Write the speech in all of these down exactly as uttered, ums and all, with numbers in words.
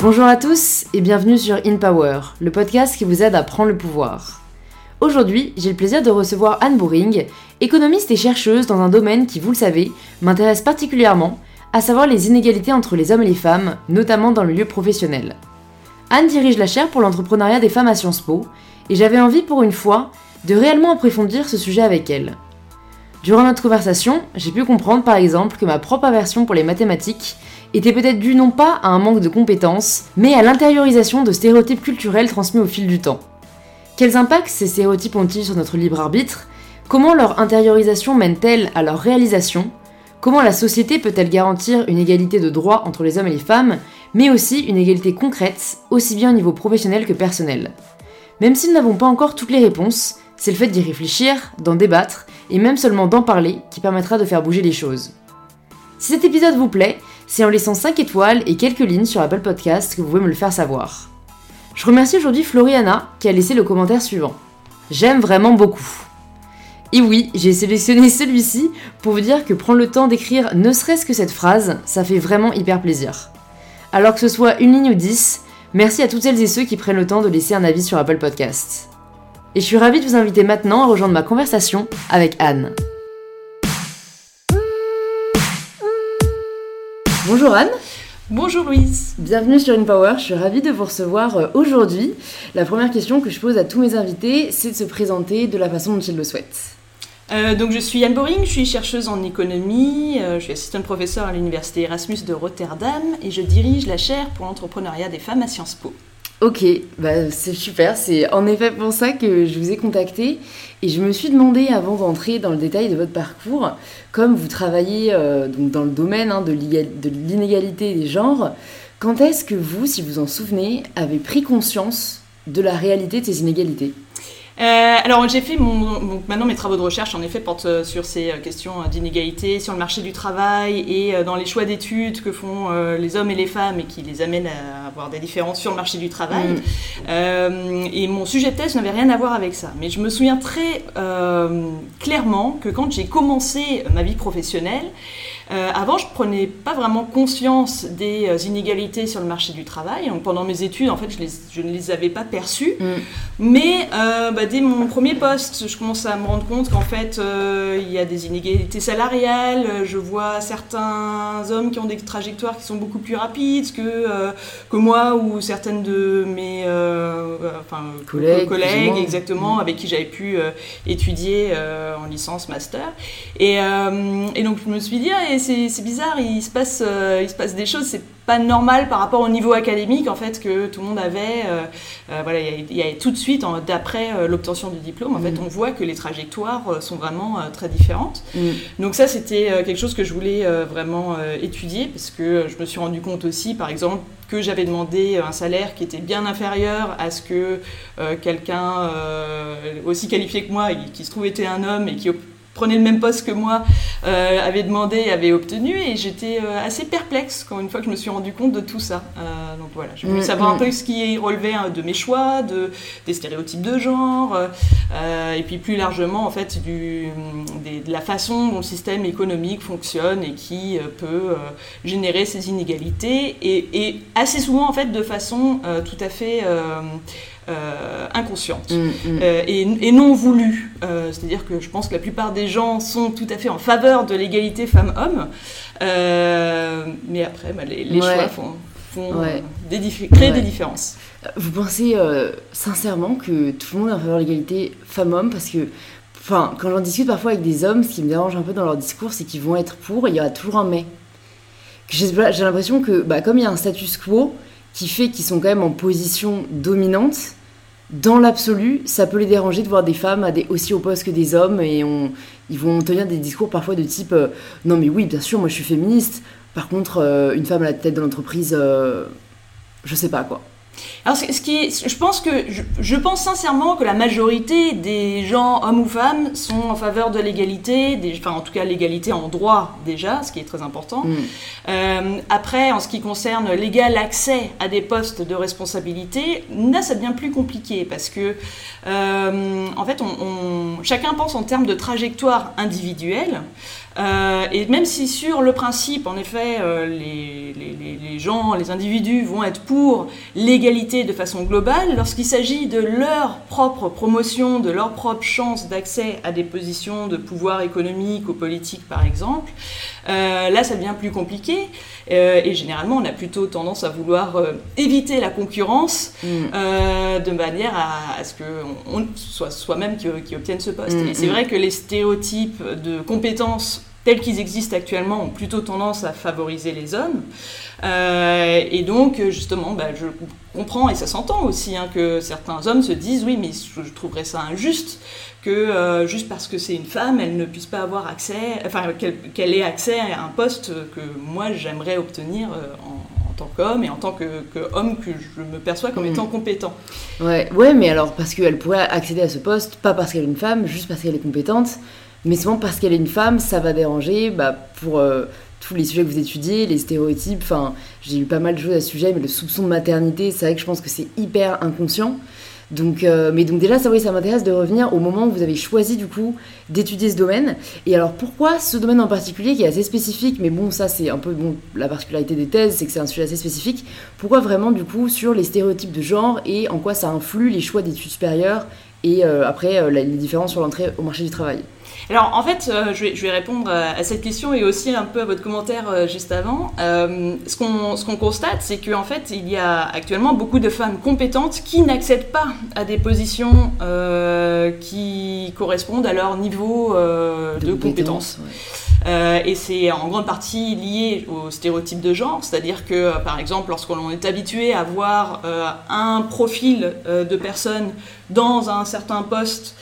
Bonjour à tous et bienvenue sur In Power, le podcast qui vous aide à prendre le pouvoir. Aujourd'hui, j'ai le plaisir de recevoir Anne Boering, économiste et chercheuse dans un domaine qui, vous le savez, m'intéresse particulièrement, à savoir les inégalités entre les hommes et les femmes, notamment dans le milieu professionnel. Anne dirige la chaire pour l'entrepreneuriat des femmes à Sciences Po, et j'avais envie pour une fois de réellement approfondir ce sujet avec elle. Durant notre conversation, j'ai pu comprendre par exemple que ma propre aversion pour les mathématiques était peut-être due non pas à un manque de compétences, mais à l'intériorisation de stéréotypes culturels transmis au fil du temps. Quels impacts ces stéréotypes ont-ils sur notre libre arbitre ? Comment leur intériorisation mène-t-elle à leur réalisation ? Comment la société peut-elle garantir une égalité de droits entre les hommes et les femmes, mais aussi une égalité concrète, aussi bien au niveau professionnel que personnel ? Même si nous n'avons pas encore toutes les réponses, c'est le fait d'y réfléchir, d'en débattre, et même seulement d'en parler, qui permettra de faire bouger les choses. Si cet épisode vous plaît, c'est en laissant cinq étoiles et quelques lignes sur Apple Podcast que vous pouvez me le faire savoir. Je remercie aujourd'hui Floriana qui a laissé le commentaire suivant. J'aime vraiment beaucoup. Et oui, j'ai sélectionné celui-ci pour vous dire que prendre le temps d'écrire ne serait-ce que cette phrase, ça fait vraiment hyper plaisir. Alors que ce soit une ligne ou dix, merci à toutes celles et ceux qui prennent le temps de laisser un avis sur Apple Podcast. Et je suis ravie de vous inviter maintenant à rejoindre ma conversation avec Anne. Bonjour Anne. Bonjour Louise. Bienvenue sur In Power, je suis ravie de vous recevoir aujourd'hui. La première question que je pose à tous mes invités, c'est de se présenter de la façon dont ils le souhaitent. Euh, donc je suis Anne Boering, je suis chercheuse en économie, euh, je suis assistante professeure à l'université Erasmus de Rotterdam et je dirige la chaire pour l'entrepreneuriat des femmes à Sciences Po. Ok, bah c'est super, c'est en effet pour ça que je vous ai contacté et je me suis demandé avant d'entrer dans le détail de votre parcours, comme vous travaillez euh, donc dans le domaine hein, de, de l'inégalité des genres, quand est-ce que vous, si vous en souvenez, avez pris conscience de la réalité de ces inégalités ? Euh, alors j'ai fait mon, mon, maintenant mes travaux de recherche en effet portent euh, sur ces euh, questions euh, d'inégalité sur le marché du travail et euh, dans les choix d'études que font euh, les hommes et les femmes et qui les amènent à avoir des différences sur le marché du travail. Mmh. Euh, et mon sujet de thèse n'avait rien à voir avec ça. Mais je me souviens très euh, clairement que quand j'ai commencé ma vie professionnelle, Euh, avant, je prenais pas vraiment conscience des euh, inégalités sur le marché du travail. Donc, pendant mes études, en fait, je, les, je ne les avais pas perçues. Mm. Mais euh, bah, dès mon premier poste, je commence à me rendre compte qu'en fait, euh, il y a des inégalités salariales. Je vois certains hommes qui ont des trajectoires qui sont beaucoup plus rapides que, euh, que moi ou certaines de mes euh, enfin, collègues, collègues exactement, mm. avec qui j'avais pu euh, étudier euh, en licence, master. Et, euh, et donc, je me suis dit, ah, et c'est, c'est bizarre, il se, passe, euh, il se passe des choses, c'est pas normal par rapport au niveau académique en fait que tout le monde avait. Euh, euh, voilà, il y, y a tout de suite, en, d'après euh, l'obtention du diplôme, en mmh. fait, on voit que les trajectoires euh, sont vraiment euh, très différentes. Mmh. Donc ça, c'était euh, quelque chose que je voulais euh, vraiment euh, étudier parce que euh, je me suis rendu compte aussi, par exemple, que j'avais demandé un salaire qui était bien inférieur à ce que euh, quelqu'un euh, aussi qualifié que moi, et qui se trouve était un homme et qui prenait le même poste que moi, euh, avait demandé et avait obtenu, et j'étais euh, assez perplexe quand une fois que je me suis rendu compte de tout ça. Euh, donc voilà, j'ai voulu mmh, savoir mmh. un peu ce qui relevait hein, de mes choix, de, des stéréotypes de genre, euh, et puis plus largement en fait du, des, de la façon dont le système économique fonctionne et qui euh, peut euh, générer ces inégalités, et, et assez souvent en fait de façon euh, tout à fait euh, Euh, inconsciente mmh, mmh. Euh, et, et non voulue. Euh, c'est-à-dire que je pense que la plupart des gens sont tout à fait en faveur de l'égalité femmes-hommes, euh, mais après, bah, les, les ouais. choix font, font ouais. des dif- créent ouais. des différences. Vous pensez euh, sincèrement que tout le monde est en faveur de l'égalité femmes-hommes ? Parce que enfin, quand j'en discute parfois avec des hommes, ce qui me dérange un peu dans leur discours, c'est qu'ils vont être pour, et il y aura toujours un mais. J'ai, j'ai l'impression que bah, comme il y a un status quo qui fait qu'ils sont quand même en position dominante, dans l'absolu, ça peut les déranger de voir des femmes à des, aussi hauts postes que des hommes, et on, ils vont tenir des discours parfois de type euh, « Non mais oui, bien sûr, moi je suis féministe, par contre, euh, une femme à la tête de l'entreprise, euh, je sais pas quoi ». Alors, ce qui est, je pense que je, je pense sincèrement que la majorité des gens, hommes ou femmes, sont en faveur de l'égalité, des, enfin en tout cas l'égalité en droit déjà, ce qui est très important. Mm. Euh, après, en ce qui concerne l'égal accès à des postes de responsabilité, là, c'est bien plus compliqué parce que euh, en fait, on, on, chacun pense en termes de trajectoire individuelle. Euh, et même si sur le principe, en effet, euh, les, les, les gens, les individus vont être pour l'égalité de façon globale, lorsqu'il s'agit de leur propre promotion, de leur propre chance d'accès à des positions de pouvoir économique ou politique, par exemple, euh, là, ça devient plus compliqué. Euh, et généralement, on a plutôt tendance à vouloir euh, éviter la concurrence mmh. euh, de manière à, à ce qu'on on soit soi-même qui, qui obtienne ce poste. Mmh. Et c'est vrai que les stéréotypes de compétences tels qu'ils existent actuellement ont plutôt tendance à favoriser les hommes. Euh, et donc, justement, bah, je comprends, et ça s'entend aussi, hein, que certains hommes se disent « oui, mais je, je trouverais ça injuste que euh, juste parce que c'est une femme, elle ne puisse pas avoir accès, enfin, qu'elle, qu'elle ait accès à un poste que moi, j'aimerais obtenir euh, en, en tant qu'homme et en tant que, que homme que je me perçois comme étant compétent. » Ouais, ouais, mais alors, parce qu'elle pourrait accéder à ce poste, pas parce qu'elle est une femme, juste parce qu'elle est compétente, mais souvent parce qu'elle est une femme, ça va déranger bah, pour euh, tous les sujets que vous étudiez, les stéréotypes. Enfin, j'ai eu pas mal de choses à ce sujet, mais le soupçon de maternité, c'est vrai que je pense que c'est hyper inconscient. Donc, euh, mais donc déjà, ça, oui, ça m'intéresse de revenir au moment où vous avez choisi du coup d'étudier ce domaine. Et alors pourquoi ce domaine en particulier qui est assez spécifique, mais bon, ça c'est un peu bon, la particularité des thèses, c'est que c'est un sujet assez spécifique. Pourquoi vraiment du coup sur les stéréotypes de genre et en quoi ça influe les choix d'études supérieures et euh, après euh, les différences sur l'entrée au marché du travail? Alors, en fait, euh, je, vais, je vais répondre à, à cette question et aussi un peu à votre commentaire euh, juste avant. Euh, ce, qu'on, ce qu'on constate, c'est qu'en fait, il y a actuellement beaucoup de femmes compétentes qui n'accèdent pas à des positions euh, qui correspondent à leur niveau euh, de, de compétence. Ouais. Euh, et c'est en grande partie lié aux stéréotypes de genre, c'est-à-dire que, euh, par exemple, lorsqu'on est habitué à voir euh, un profil euh, de personne dans un certain poste,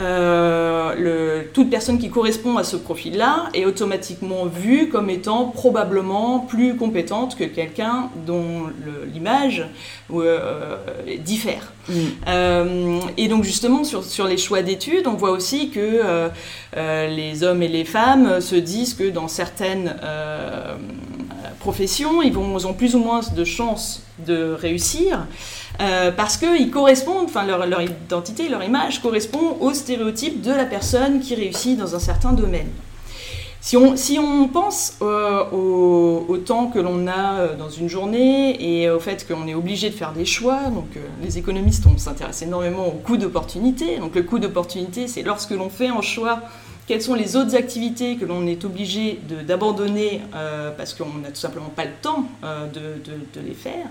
euh, le, toute personne qui correspond à ce profil-là est automatiquement vue comme étant probablement plus compétente que quelqu'un dont le, l'image euh, diffère. Mmh. Euh, et donc justement, sur, sur les choix d'études, on voit aussi que euh, euh, les hommes et les femmes se disent que dans certaines euh, professions, ils, vont, ils ont plus ou moins de chances de réussir. Euh, parce qu'ils correspondent, enfin leur, leur identité, leur image correspond au stéréotype de la personne qui réussit dans un certain domaine. Si on, si on pense euh, au, au temps que l'on a dans une journée et au fait qu'on est obligé de faire des choix, donc euh, les économistes, on s'intéresse énormément au coût d'opportunité. Donc le coût d'opportunité, c'est lorsque l'on fait un choix, quelles sont les autres activités que l'on est obligé de, d'abandonner euh, parce qu'on n'a tout simplement pas le temps euh, de, de, de les faire.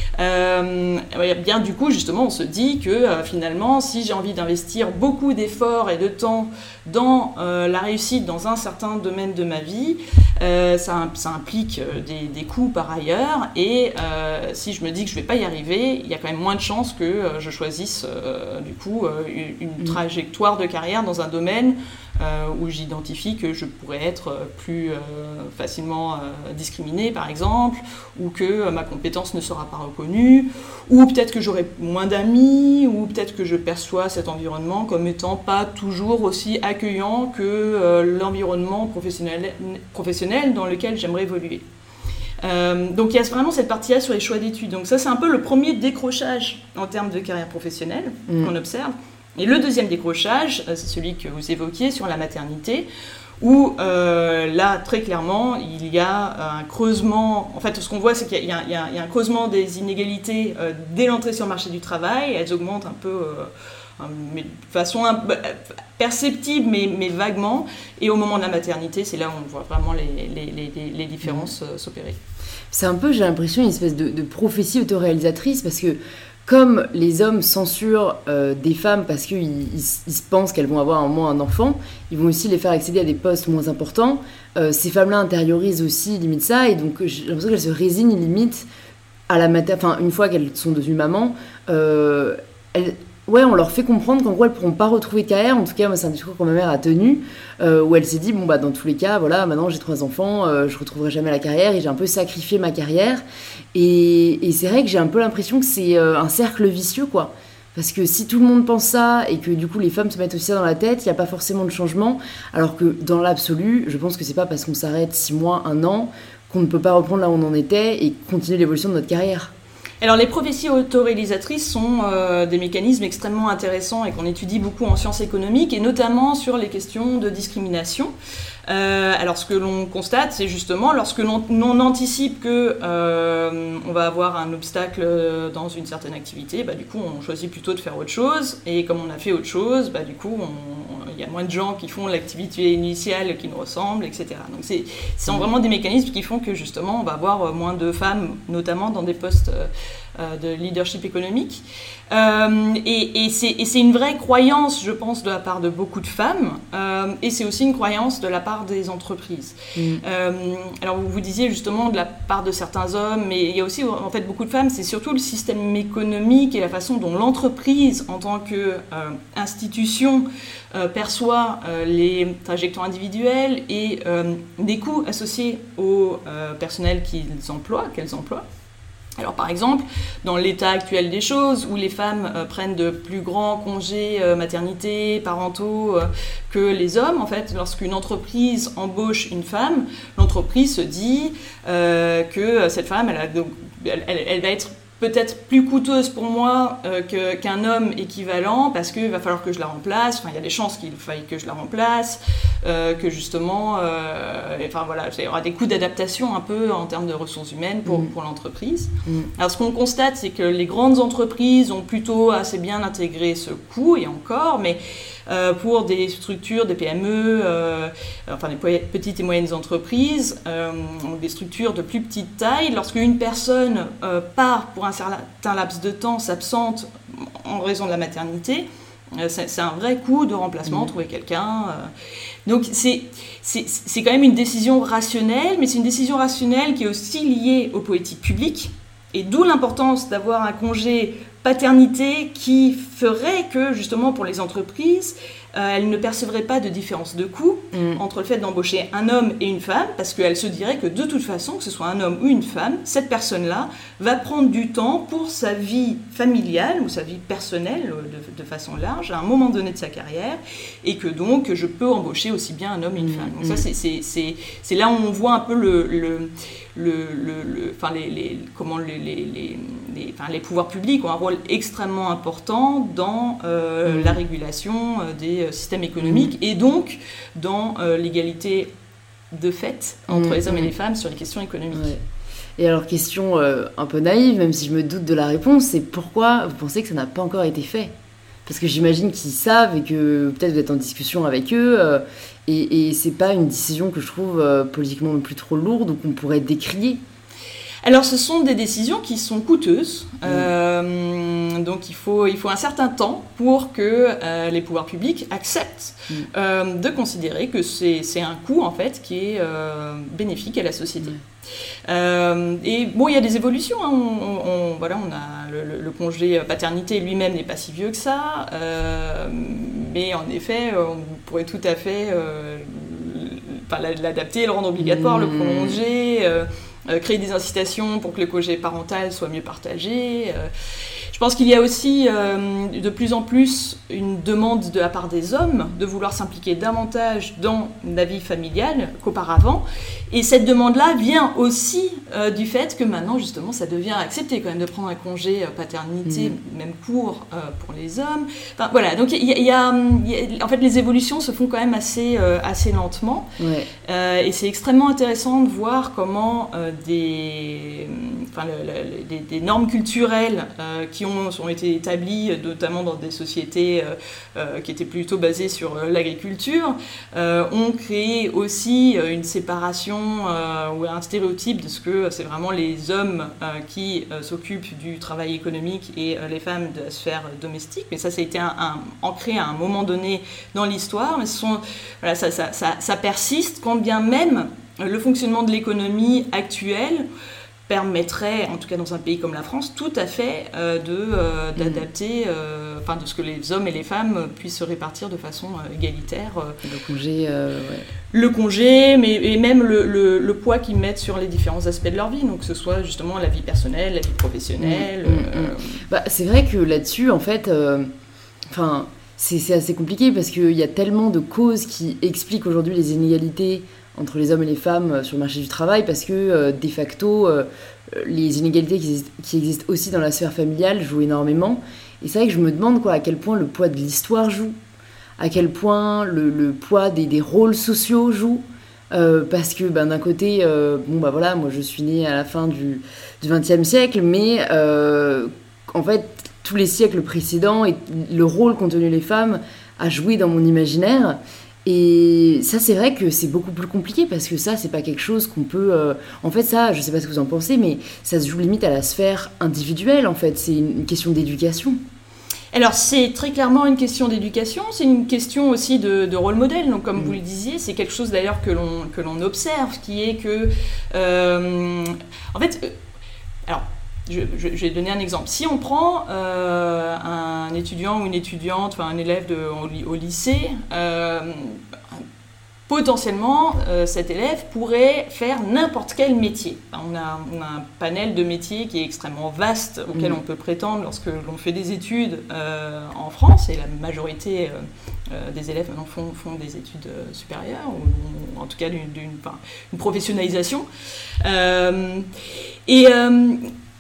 Euh, bien du coup, justement, on se dit que euh, finalement, si j'ai envie d'investir beaucoup d'efforts et de temps dans euh, la réussite dans un certain domaine de ma vie, euh, ça, ça implique des, des coûts par ailleurs. Et euh, si je me dis que je ne vais pas y arriver, il y a quand même moins de chances que euh, je choisisse euh, du coup euh, une, une trajectoire de carrière dans un domaine Euh, où j'identifie que je pourrais être plus euh, facilement euh, discriminée, par exemple, ou que euh, ma compétence ne sera pas reconnue, ou peut-être que j'aurai moins d'amis, ou peut-être que je perçois cet environnement comme étant pas toujours aussi accueillant que euh, l'environnement professionnel, professionnel dans lequel j'aimerais évoluer. Euh, donc il y a vraiment cette partie-là sur les choix d'études. Donc ça, c'est un peu le premier décrochage en termes de carrière professionnelle mmh. qu'on observe. Et le deuxième décrochage, c'est celui que vous évoquiez sur la maternité, où euh, là, très clairement, il y a un creusement. En fait, ce qu'on voit, c'est qu'il y a, il y a, il y a un creusement des inégalités euh, dès l'entrée sur le marché du travail. Elles augmentent un peu, euh, mais de façon un, perceptible, mais, mais vaguement. Et au moment de la maternité, c'est là où on voit vraiment les, les, les, les différences euh, s'opérer. C'est un peu, j'ai l'impression, une espèce de, de prophétie autoréalisatrice, parce que comme les hommes censurent euh, des femmes parce qu'ils ils, ils pensent qu'elles vont avoir un moment un enfant, ils vont aussi les faire accéder à des postes moins importants. Euh, ces femmes-là intériorisent aussi limite ça, et donc j'ai l'impression qu'elles se résignent limite à la mater- enfin une fois qu'elles sont devenues mamans, euh, elles, ouais, on leur fait comprendre qu'en gros elles pourront pas retrouver de carrière. En tout cas, moi c'est un discours que ma mère a tenu, euh, où elle s'est dit bon bah dans tous les cas, voilà, maintenant j'ai trois enfants, euh, je retrouverai jamais la carrière et j'ai un peu sacrifié ma carrière. Et, et c'est vrai que j'ai un peu l'impression que c'est euh, un cercle vicieux, quoi. Parce que si tout le monde pense ça et que du coup les femmes se mettent aussi ça dans la tête, il n'y a pas forcément de changement. Alors que dans l'absolu, je pense que c'est pas parce qu'on s'arrête six mois, un an, qu'on ne peut pas reprendre là où on en était et continuer l'évolution de notre carrière. Alors les prophéties autoréalisatrices sont euh, des mécanismes extrêmement intéressants et qu'on étudie beaucoup en sciences économiques et notamment sur les questions de discrimination. Euh, alors ce que l'on constate, c'est justement lorsque l'on, l'on anticipe que euh, on va avoir un obstacle dans une certaine activité, bah, du coup on choisit plutôt de faire autre chose, et comme on a fait autre chose, bah, du coup il y a moins de gens qui font l'activité initiale qui nous ressemble, et cetera. Donc c'est, ce sont vraiment des mécanismes qui font que justement on va avoir moins de femmes, notamment dans des postes euh, de leadership économique. Euh, et, et, c'est, et c'est une vraie croyance, je pense, de la part de beaucoup de femmes, euh, et c'est aussi une croyance de la part des entreprises. Mmh. Euh, alors vous, vous disiez justement de la part de certains hommes, mais il y a aussi en fait beaucoup de femmes, c'est surtout le système économique et la façon dont l'entreprise, en tant qu'institution, euh, euh, perçoit euh, les trajectoires individuelles et euh, des coûts associés au euh, personnel qu'ils emploient, qu'elles emploient. Alors par exemple, dans l'état actuel des choses, où les femmes euh, prennent de plus grands congés euh, maternité, parentaux euh, que les hommes, en fait, lorsqu'une entreprise embauche une femme, l'entreprise se dit euh, que cette femme, elle, a, donc, elle, elle, elle va être peut-être plus coûteuse pour moi euh, que, qu'un homme équivalent, parce qu'il va falloir que je la remplace, enfin il y a des chances qu'il faille que je la remplace, euh, que justement, euh, enfin voilà, il y aura des coûts d'adaptation un peu en termes de ressources humaines pour, mmh. pour l'entreprise. Mmh. Alors ce qu'on constate, c'est que les grandes entreprises ont plutôt assez bien intégré ce coût, et encore, mais Euh, pour des structures, des P M E, euh, enfin des petites et moyennes entreprises, euh, des structures de plus petite taille, lorsqu'une personne euh, part pour un certain laps de temps, s'absente en raison de la maternité, euh, c'est, c'est un vrai coût de remplacement, mmh. trouver quelqu'un. Euh. Donc c'est, c'est, c'est quand même une décision rationnelle, mais c'est une décision rationnelle qui est aussi liée aux politiques publiques, et d'où l'importance d'avoir un congé paternité qui ferait que, justement, pour les entreprises, euh, elles ne percevraient pas de différence de coût mmh. entre le fait d'embaucher un homme et une femme, parce qu'elles se diraient que, de toute façon, que ce soit un homme ou une femme, cette personne-là va prendre du temps pour sa vie familiale ou sa vie personnelle, de, de façon large, à un moment donné de sa carrière, et que donc, je peux embaucher aussi bien un homme et une mmh. femme. Donc ça, c'est, c'est, c'est, c'est là où on voit un peu le... le Le, le, le, enfin les, les, comment les, les, les, les, enfin les pouvoirs publics ont un rôle extrêmement important dans euh, mmh. la régulation euh, des systèmes économiques mmh. et donc dans euh, l'égalité de fait entre mmh. les hommes et les femmes sur les questions économiques. Ouais. Et alors, question euh, un peu naïve, même si je me doute de la réponse, c'est pourquoi vous pensez que ça n'a pas encore été fait ? Parce que j'imagine qu'ils savent et que peut-être vous êtes en discussion avec eux. Euh, et, et c'est pas une décision que je trouve euh, politiquement non plus trop lourde ou qu'on pourrait décrier. Alors, ce sont des décisions qui sont coûteuses. Mmh. Euh, donc, il faut, il faut un certain temps pour que euh, les pouvoirs publics acceptent mmh. euh, de considérer que c'est, c'est un coût, en fait, qui est euh, bénéfique à la société. Mmh. Euh, et bon, il y a des évolutions. Hein. On, on, voilà, on a le, le, le congé paternité lui-même n'est pas si vieux que ça, euh, mais en effet, on pourrait tout à fait euh, l'adapter, le rendre obligatoire, mmh. le prolonger. Euh, Euh, créer des incitations pour que le congé parental soit mieux partagé. Euh, je pense qu'il y a aussi euh, de plus en plus une demande de la part des hommes de vouloir s'impliquer davantage dans la vie familiale qu'auparavant. Et cette demande-là vient aussi euh, du fait que maintenant, justement, ça devient accepté quand même de prendre un congé paternité, mmh. même court, euh, pour les hommes. Enfin, voilà, donc il y a, y a, y a, en fait, les évolutions se font quand même assez, euh, assez lentement. Ouais. Euh, et c'est extrêmement intéressant de voir comment euh, des, enfin, le, le, des, des normes culturelles euh, qui ont, ont été établies, notamment dans des sociétés euh, euh, qui étaient plutôt basées sur euh, l'agriculture, euh, ont créé aussi euh, une séparation euh, ou un stéréotype de ce que c'est vraiment les hommes euh, qui euh, s'occupent du travail économique et euh, les femmes de la sphère domestique. Mais ça, ça a été un, un, ancré à un moment donné dans l'histoire. Mais ce sont, voilà, ça, ça, ça, ça persiste, quand bien même le fonctionnement de l'économie actuelle permettrait, en tout cas dans un pays comme la France, tout à fait euh, de, euh, d'adapter, euh, enfin de ce que les hommes et les femmes puissent se répartir de façon euh, égalitaire. Euh, le congé, euh, ouais. Le congé, mais et même le, le, le poids qu'ils mettent sur les différents aspects de leur vie, donc que ce soit justement la vie personnelle, la vie professionnelle. Mmh, mmh, euh... bah, c'est vrai que là-dessus, en fait, enfin, euh, c'est, c'est assez compliqué parce qu'il y a tellement de causes qui expliquent aujourd'hui les inégalités entre les hommes et les femmes sur le marché du travail, parce que euh, de facto, euh, les inégalités qui existent, qui existent aussi dans la sphère familiale jouent énormément. Et c'est vrai que je me demande quoi, à quel point le poids de l'histoire joue, à quel point le, le poids des, des rôles sociaux joue. Euh, parce que ben, d'un côté, euh, bon bah voilà, moi je suis née à la fin du, du vingtième siècle, mais euh, en fait, tous les siècles précédents, et le rôle qu'ont tenu les femmes a joué dans mon imaginaire. Et ça, c'est vrai que c'est beaucoup plus compliqué, parce que ça, c'est pas quelque chose qu'on peut... Euh... En fait, ça, je sais pas ce que vous en pensez, mais ça se joue limite à la sphère individuelle, en fait. C'est une question d'éducation. Alors, c'est très clairement une question d'éducation, c'est une question aussi de, de rôle modèle. Donc, comme mmh. vous le disiez, c'est quelque chose d'ailleurs que l'on, que l'on observe, qui est que... Euh, en fait, euh, alors, je, je, je vais donner un exemple. Si on prend euh, un étudiant ou une étudiante, enfin un élève de, au, au lycée... Euh, potentiellement, euh, cet élève pourrait faire n'importe quel métier. Enfin, on, a, on a un panel de métiers qui est extrêmement vaste, auquel mmh. on peut prétendre lorsque l'on fait des études euh, en France, et la majorité euh, euh, des élèves maintenant font, font des études euh, supérieures, ou, ou en tout cas d'une, d'une, enfin, une professionnalisation. Euh, et euh,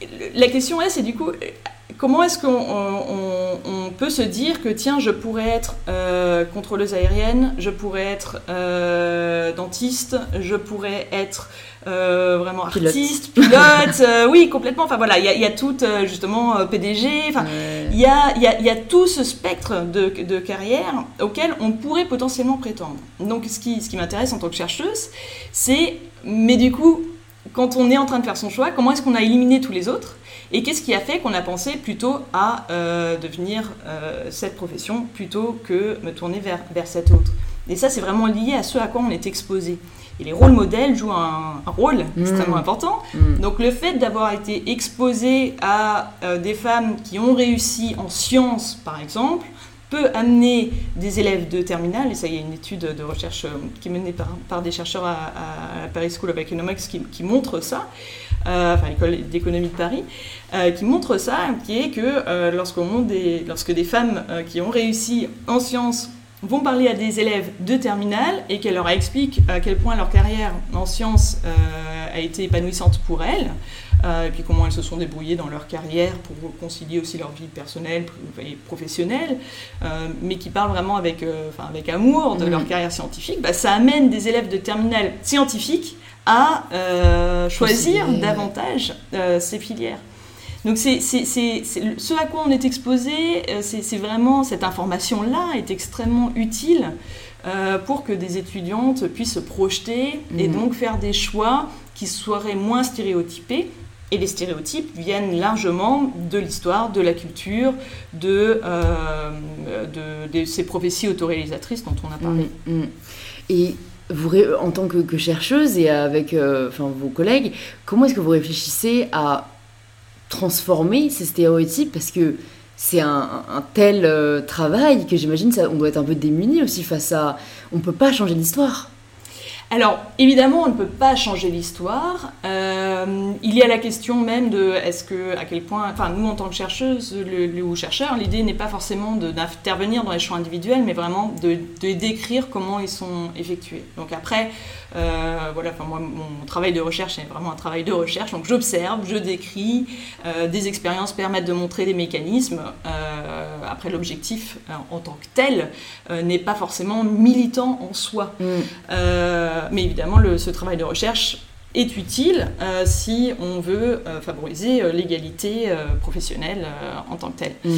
la question est, c'est du coup... Comment est-ce qu'on on, on peut se dire que, tiens, je pourrais être euh, contrôleuse aérienne, je pourrais être euh, dentiste, je pourrais être euh, vraiment artiste, pilote, pilote euh, oui, complètement. Enfin voilà, il y a, y a tout, euh, justement, euh, P D G, enfin, il ouais. y, a, y, a, y a tout ce spectre de, de carrière auquel on pourrait potentiellement prétendre. Donc, ce qui, ce qui m'intéresse en tant que chercheuse, c'est, mais du coup, quand on est en train de faire son choix, comment est-ce qu'on a éliminé tous les autres ? Et qu'est-ce qui a fait qu'on a pensé plutôt à euh, devenir euh, cette profession plutôt que me tourner vers, vers cette autre ? Et ça, c'est vraiment lié à ce à quoi on est exposé. Et les rôles modèles jouent un, un rôle mmh. extrêmement important. Mmh. Donc le fait d'avoir été exposé à euh, des femmes qui ont réussi en sciences, par exemple, peut amener des élèves de terminale, et ça, il y a une étude de recherche euh, qui est menée par, par des chercheurs à, à la Paris School of Economics qui, qui montre ça, euh, enfin l'école d'économie de Paris, euh, qui montre ça, qui est que euh, lorsqu'on des, lorsque des femmes euh, qui ont réussi en sciences vont parler à des élèves de terminale et qu'elles leur expliquent à quel point leur carrière en sciences euh, a été épanouissante pour elles, Euh, et puis comment elles se sont débrouillées dans leur carrière pour concilier aussi leur vie personnelle et professionnelle, euh, mais qui parlent vraiment avec, euh, enfin, avec amour de mmh. leur carrière scientifique, bah, ça amène des élèves de terminale scientifique à euh, choisir Concilier. davantage euh, ces filières. Donc c'est, c'est, c'est, c'est ce à quoi on est exposé, c'est, c'est vraiment, cette information-là est extrêmement utile euh, pour que des étudiantes puissent se projeter mmh. et donc faire des choix qui seraient moins stéréotypés. Et les stéréotypes viennent largement de l'histoire, de la culture, de, euh, de, de ces prophéties autoréalisatrices dont on a parlé. Mmh, mmh. Et vous, en tant que, que chercheuse et avec euh, enfin, vos collègues, comment est-ce que vous réfléchissez à transformer ces stéréotypes ? Parce que c'est un, un tel euh, travail que j'imagine ça, on doit être un peu démuni aussi face à... On ne peut pas changer l'histoire. Alors, évidemment, on ne peut pas changer l'histoire. Euh, il y a la question même de est-ce que, à quel point, enfin, nous en tant que chercheuses le, le, ou chercheurs, l'idée n'est pas forcément de, d'intervenir dans les choix individuels, mais vraiment de, de décrire comment ils sont effectués. Donc après, euh, voilà, enfin, moi, mon travail de recherche est vraiment un travail de recherche. Donc j'observe, je décris, euh, des expériences permettent de montrer des mécanismes. Euh, après, l'objectif euh, en tant que tel euh, n'est pas forcément militant en soi. Mm. Euh, mais évidemment, le, ce travail de recherche est utile euh, si on veut euh, favoriser euh, l'égalité euh, professionnelle euh, en tant que telle. Mmh.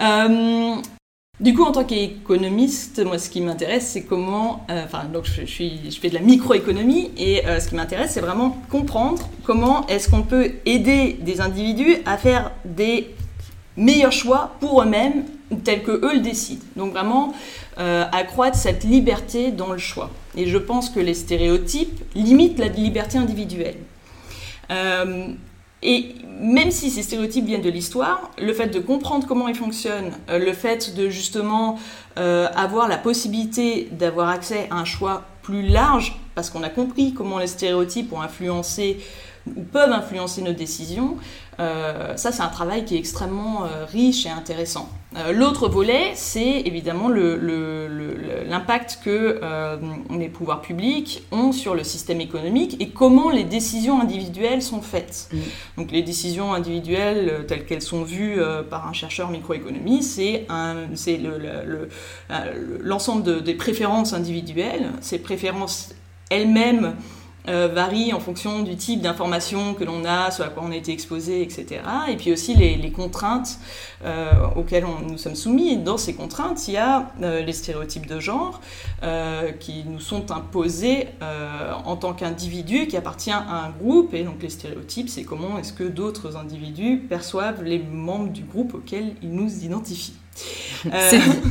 Euh, du coup, en tant qu'économiste, moi, ce qui m'intéresse, c'est comment... Enfin, euh, donc, je, je, suis, je fais de la microéconomie et euh, ce qui m'intéresse, c'est vraiment comprendre comment est-ce qu'on peut aider des individus à faire des meilleurs choix pour eux-mêmes, tels que eux le décident. Donc, vraiment... Euh, accroître cette liberté dans le choix. Et je pense que les stéréotypes limitent la liberté individuelle. Euh, et même si ces stéréotypes viennent de l'histoire, le fait de comprendre comment ils fonctionnent, euh, le fait de justement euh, avoir la possibilité d'avoir accès à un choix plus large, parce qu'on a compris comment les stéréotypes ont influencé ou peuvent influencer nos décisions, euh, ça c'est un travail qui est extrêmement euh, riche et intéressant. Euh, l'autre volet, c'est évidemment le, le, le, l'impact que euh, les pouvoirs publics ont sur le système économique et comment les décisions individuelles sont faites. Mmh. Donc les décisions individuelles euh, telles qu'elles sont vues euh, par un chercheur microéconomie, c'est, un, c'est le, le, le, le, l'ensemble de, des préférences individuelles. Ces préférences elles-mêmes Euh, varie en fonction du type d'information que l'on a, ce à quoi on a été exposé, et cetera. Et puis aussi les, les contraintes euh, auxquelles on, nous sommes soumis. Et dans ces contraintes, il y a euh, les stéréotypes de genre euh, qui nous sont imposés euh, en tant qu'individu qui appartient à un groupe. Et donc les stéréotypes, c'est comment est-ce que d'autres individus perçoivent les membres du groupe auquel ils nous identifient. Euh... C'est dit.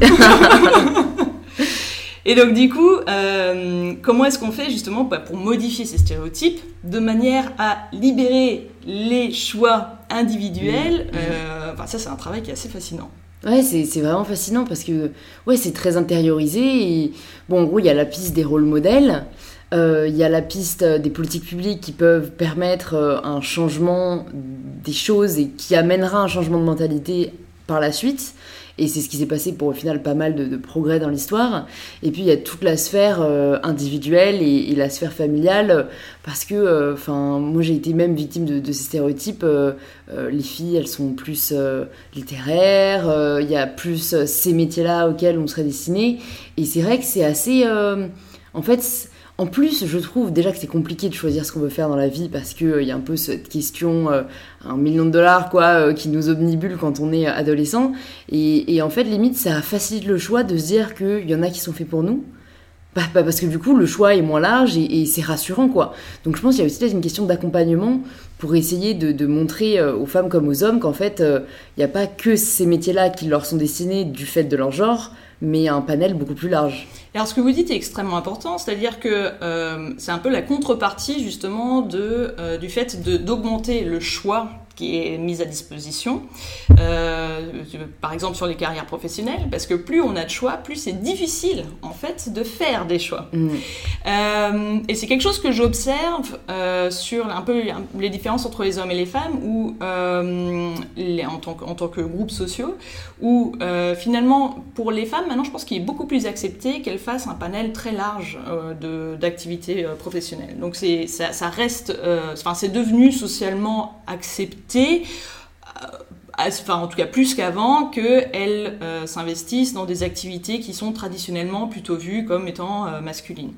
Et donc du coup, euh, comment est-ce qu'on fait justement bah, pour modifier ces stéréotypes de manière à libérer les choix individuels mmh. euh, enfin, ça c'est un travail qui est assez fascinant. Ouais, c'est, c'est vraiment fascinant parce que ouais, c'est très intériorisé. Et, bon, en gros, il y a la piste des rôles modèles, il euh, y a la piste des politiques publiques qui peuvent permettre euh, un changement des choses et qui amènera un changement de mentalité par la suite. Et c'est ce qui s'est passé pour au final pas mal de, de progrès dans l'histoire. Et puis il y a toute la sphère euh, individuelle et, et la sphère familiale, parce que enfin euh, moi j'ai été même victime de, de ces stéréotypes. Euh, euh, les filles elles sont plus euh, littéraires, il euh, y a plus euh, ces métiers-là auxquels on serait destiné. Et c'est vrai que c'est assez... Euh, en fait... En plus, je trouve déjà que c'est compliqué de choisir ce qu'on veut faire dans la vie parce qu'il euh, y a un peu cette question, euh, un million de dollars quoi, euh, qui nous omnibule quand on est adolescent. Et, et en fait, limite, ça facilite le choix de se dire qu'il y en a qui sont faits pour nous. Bah, bah, parce que du coup, le choix est moins large et, et c'est rassurant, quoi. Donc je pense qu'il y a aussi peut-être une question d'accompagnement pour essayer de, de montrer euh, aux femmes comme aux hommes qu'en fait, il euh, n'y a pas que ces métiers-là qui leur sont destinés du fait de leur genre, mais un panel beaucoup plus large. Alors ce que vous dites est extrêmement important, c'est-à-dire que euh, c'est un peu la contrepartie justement de, euh, du fait de, d'augmenter le choix qui est mis à disposition, euh, par exemple sur les carrières professionnelles, parce que plus on a de choix, plus c'est difficile en fait de faire des choix. Mmh. Euh, et c'est quelque chose que j'observe euh, sur un peu les différences entre les hommes et les femmes, ou euh, les, en, tant que, en tant que groupes sociaux, où euh, finalement pour les femmes, maintenant je pense qu'il est beaucoup plus accepté qu'elles fassent un panel très large euh, de, d'activités euh, professionnelles. Donc c'est, ça, ça reste, euh, enfin c'est devenu socialement accepté. Euh, enfin en tout cas plus qu'avant, qu'elles euh, s'investissent dans des activités qui sont traditionnellement plutôt vues comme étant euh, masculines.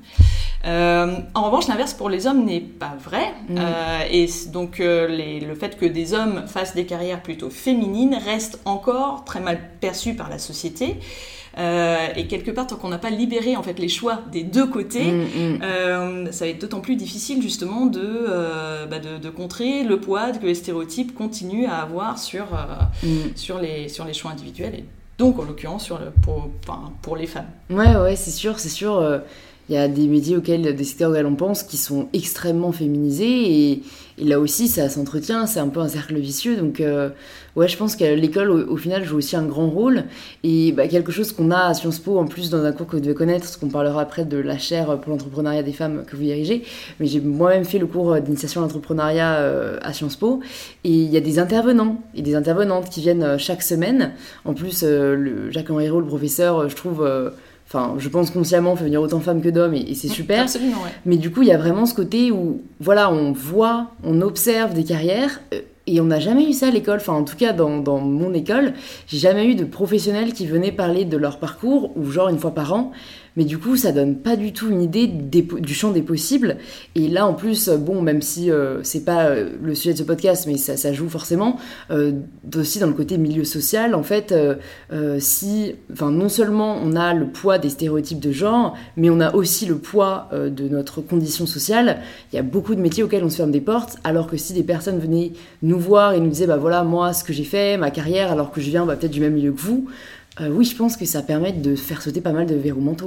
Euh, en revanche, l'inverse pour les hommes n'est pas vrai. Mmh. Euh, et donc euh, les, le fait que des hommes fassent des carrières plutôt féminines reste encore très mal perçu par la société. Euh, et quelque part, tant qu'on n'a pas libéré en fait les choix des deux côtés, mmh, mmh. Euh, ça va être d'autant plus difficile justement de, euh, bah de, de contrer le poids que les stéréotypes continuent à avoir sur, euh, mmh. sur, les, sur les choix individuels, et donc en l'occurrence sur le, pour, enfin, pour les femmes. Ouais, ouais, c'est sûr, c'est sûr. Euh... Il y a des métiers auxquels, des secteurs auxquels on pense qui sont extrêmement féminisés et, et là aussi ça s'entretient, c'est un peu un cercle vicieux. Donc euh, ouais, je pense que l'école au, au final joue aussi un grand rôle et bah, quelque chose qu'on a à Sciences Po en plus dans un cours que vous devez connaître, parce qu'on parlera après de la chaire pour l'entrepreneuriat des femmes que vous dirigez, mais j'ai moi-même fait le cours d'initiation à l'entrepreneuriat euh, à Sciences Po et il y a des intervenants et des intervenantes qui viennent chaque semaine. En plus euh, le Jacques-Henri Hérault, le professeur, je trouve... Euh, Enfin, je pense consciemment, fait venir autant de femmes que d'hommes et, et c'est super. Absolument, ouais. Mais du coup, il y a vraiment ce côté où, voilà, on voit, on observe des carrières euh, et on n'a jamais eu ça à l'école. Enfin, en tout cas, dans, dans mon école, j'ai jamais eu de professionnels qui venaient parler de leur parcours ou genre une fois par an. Mais du coup, ça donne pas du tout une idée des, du champ des possibles. Et là, en plus, bon, même si euh, c'est pas euh, le sujet de ce podcast, mais ça, ça joue forcément, euh, aussi dans le côté milieu social, en fait, euh, euh, si, enfin, non seulement on a le poids des stéréotypes de genre, mais on a aussi le poids euh, de notre condition sociale. Il y a beaucoup de métiers auxquels on se ferme des portes, alors que si des personnes venaient nous voir et nous disaient, bah voilà, moi, ce que j'ai fait, ma carrière, alors que je viens bah, peut-être du même milieu que vous, Euh, oui, je pense que ça permet de faire sauter pas mal de verrous mentaux, quoi.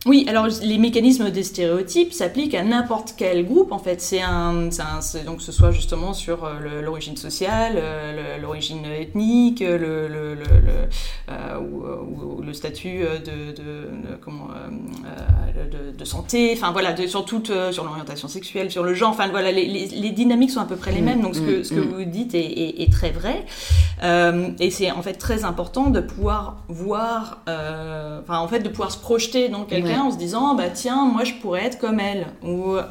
Oui, alors les mécanismes des stéréotypes s'appliquent à n'importe quel groupe en fait. C'est un, c'est un c'est, donc que ce soit justement sur euh, le, l'origine sociale, euh, l'origine ethnique, le, le, le, le, euh, ou, ou le statut de, de, de comment euh, de, de santé. Enfin voilà, de, sur toute, euh, sur l'orientation sexuelle, sur le genre. Enfin voilà, les, les, les dynamiques sont à peu près les mêmes. Donc ce que, ce que vous dites est, est, est très vrai. Euh, et c'est en fait très important de pouvoir voir, euh, enfin en fait de pouvoir se projeter dans quelqu'un. Ouais. En se disant bah tiens moi je pourrais être comme elle ou euh,